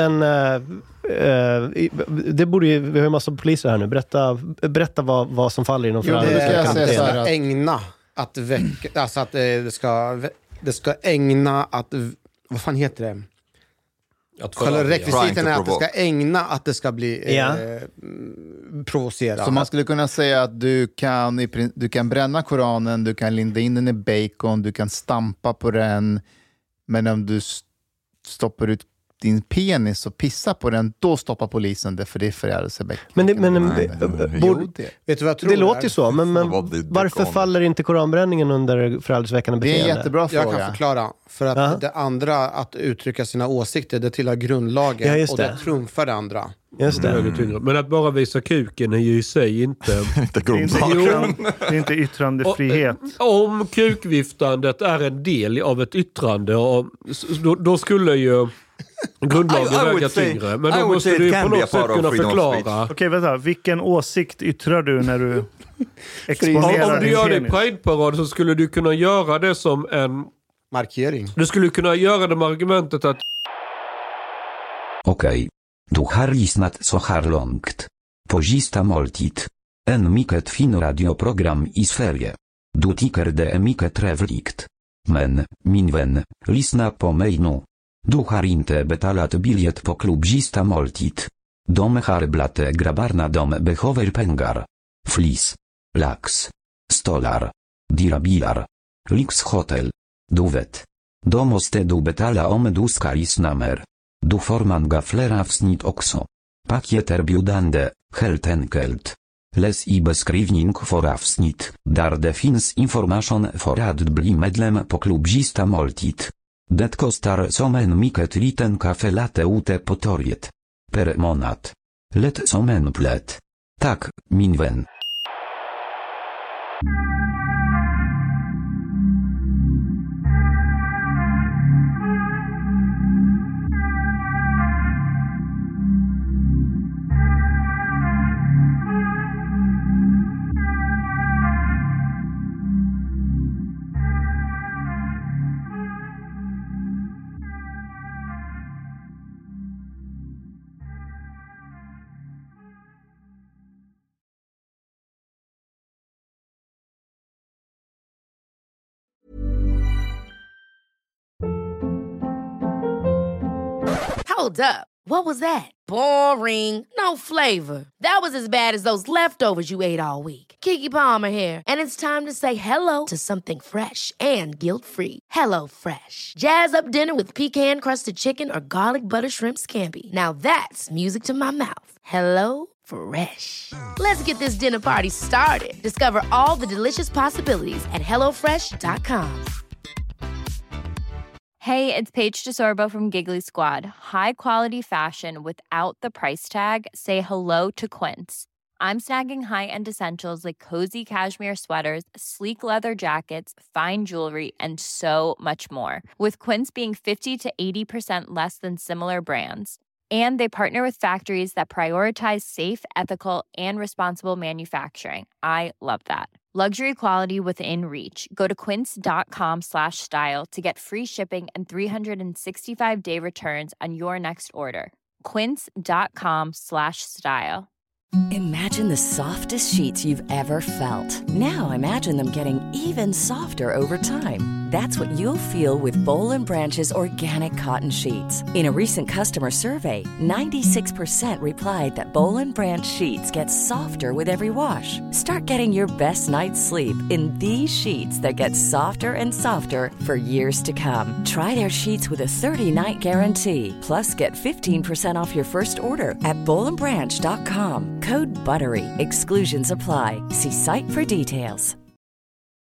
Det borde ju, vi har ju massa poliser här nu. Berätta vad som faller inom förargelseväckande beteende. Ägna att väcka, alltså att det ska ägna att, vad fan heter det? Rekvisiten är att det ska ägna att det ska bli provocera. Så man skulle kunna säga att du kan bränna Koranen, du kan linda in den i bacon, du kan stampa på den, men om du stoppar ut din penis och pissar på den, då stoppar polisen det, för det är förargelseväckande. Vet du vad jag tror? Det låter ju så, men varför faller inte koranbränningen under förargelseväckande beteende? Det är en jättebra fråga. Jag kan förklara. För att det andra, att uttrycka sina åsikter, det tillhör grundlagen och det trumfar det andra. Just det. Men att bara visa kuken är ju i sig inte... det är inte yttrandefrihet. Om kukviftandet är en del av ett yttrande, då skulle ju grundlagen väga tyngre. Men då måste du på något sätt kunna förklara. Okej, vänta. Vilken åsikt yttrar du när du exponerar om du gör det i Pride-parad så skulle du kunna göra det som en markering. Du skulle kunna göra det med argumentet att Okej. Du har lyssnat så här långt. På sista måltid. En mycket fin radioprogram i Sverige. Du tycker det är mycket trevligt. Men, min vän, lyssna på mig nu. Du har inte betalat biljett på klubb sista måltid. De har blatte grabbarna, de behöver pengar. Flis. Lax. Stolar. Dyra bilar. Lyxhotel. Du vet. Då måste du betala om du ska lyssna mer. Du får många fler avsnitt också. Paket erbjudande, helt enkelt. Läs i beskrivning för avsnitt, där det finns information för att bli medlem på klubb sista måltid. Det kostar som en mycket liten kaffe latte ute på torget. Per månad. Lätt som en plätt. Tack, min vän. Hold up. What was that? Boring. No flavor. That was as bad as those leftovers you ate all week. Keke Palmer here, and it's time to say hello to something fresh and guilt-free. Hello Fresh. Jazz up dinner with pecan-crusted chicken or garlic butter shrimp scampi. Now that's music to my mouth. Hello Fresh. Let's get this dinner party started. Discover all the delicious possibilities at hellofresh.com. Hey, it's Paige DeSorbo from Giggly Squad. High quality fashion without the price tag. Say hello to Quince. I'm snagging high-end essentials like cozy cashmere sweaters, sleek leather jackets, fine jewelry, and so much more. With Quince being 50 to 80% less than similar brands. And they partner with factories that prioritize safe, ethical, and responsible manufacturing. I love that. Luxury quality within reach. Go to quince.com/style to get free shipping and 365-day returns on your next order. Quince.com/style. Imagine the softest sheets you've ever felt. Now imagine them getting even softer over time. That's what you'll feel with Boll & Branch's organic cotton sheets. In a recent customer survey, 96% replied that Boll & Branch sheets get softer with every wash. Start getting your best night's sleep in these sheets that get softer and softer for years to come. Try their sheets with a 30-night guarantee. Plus, get 15% off your first order at bollandbranch.com. Code BUTTERY. Exclusions apply. See site for details.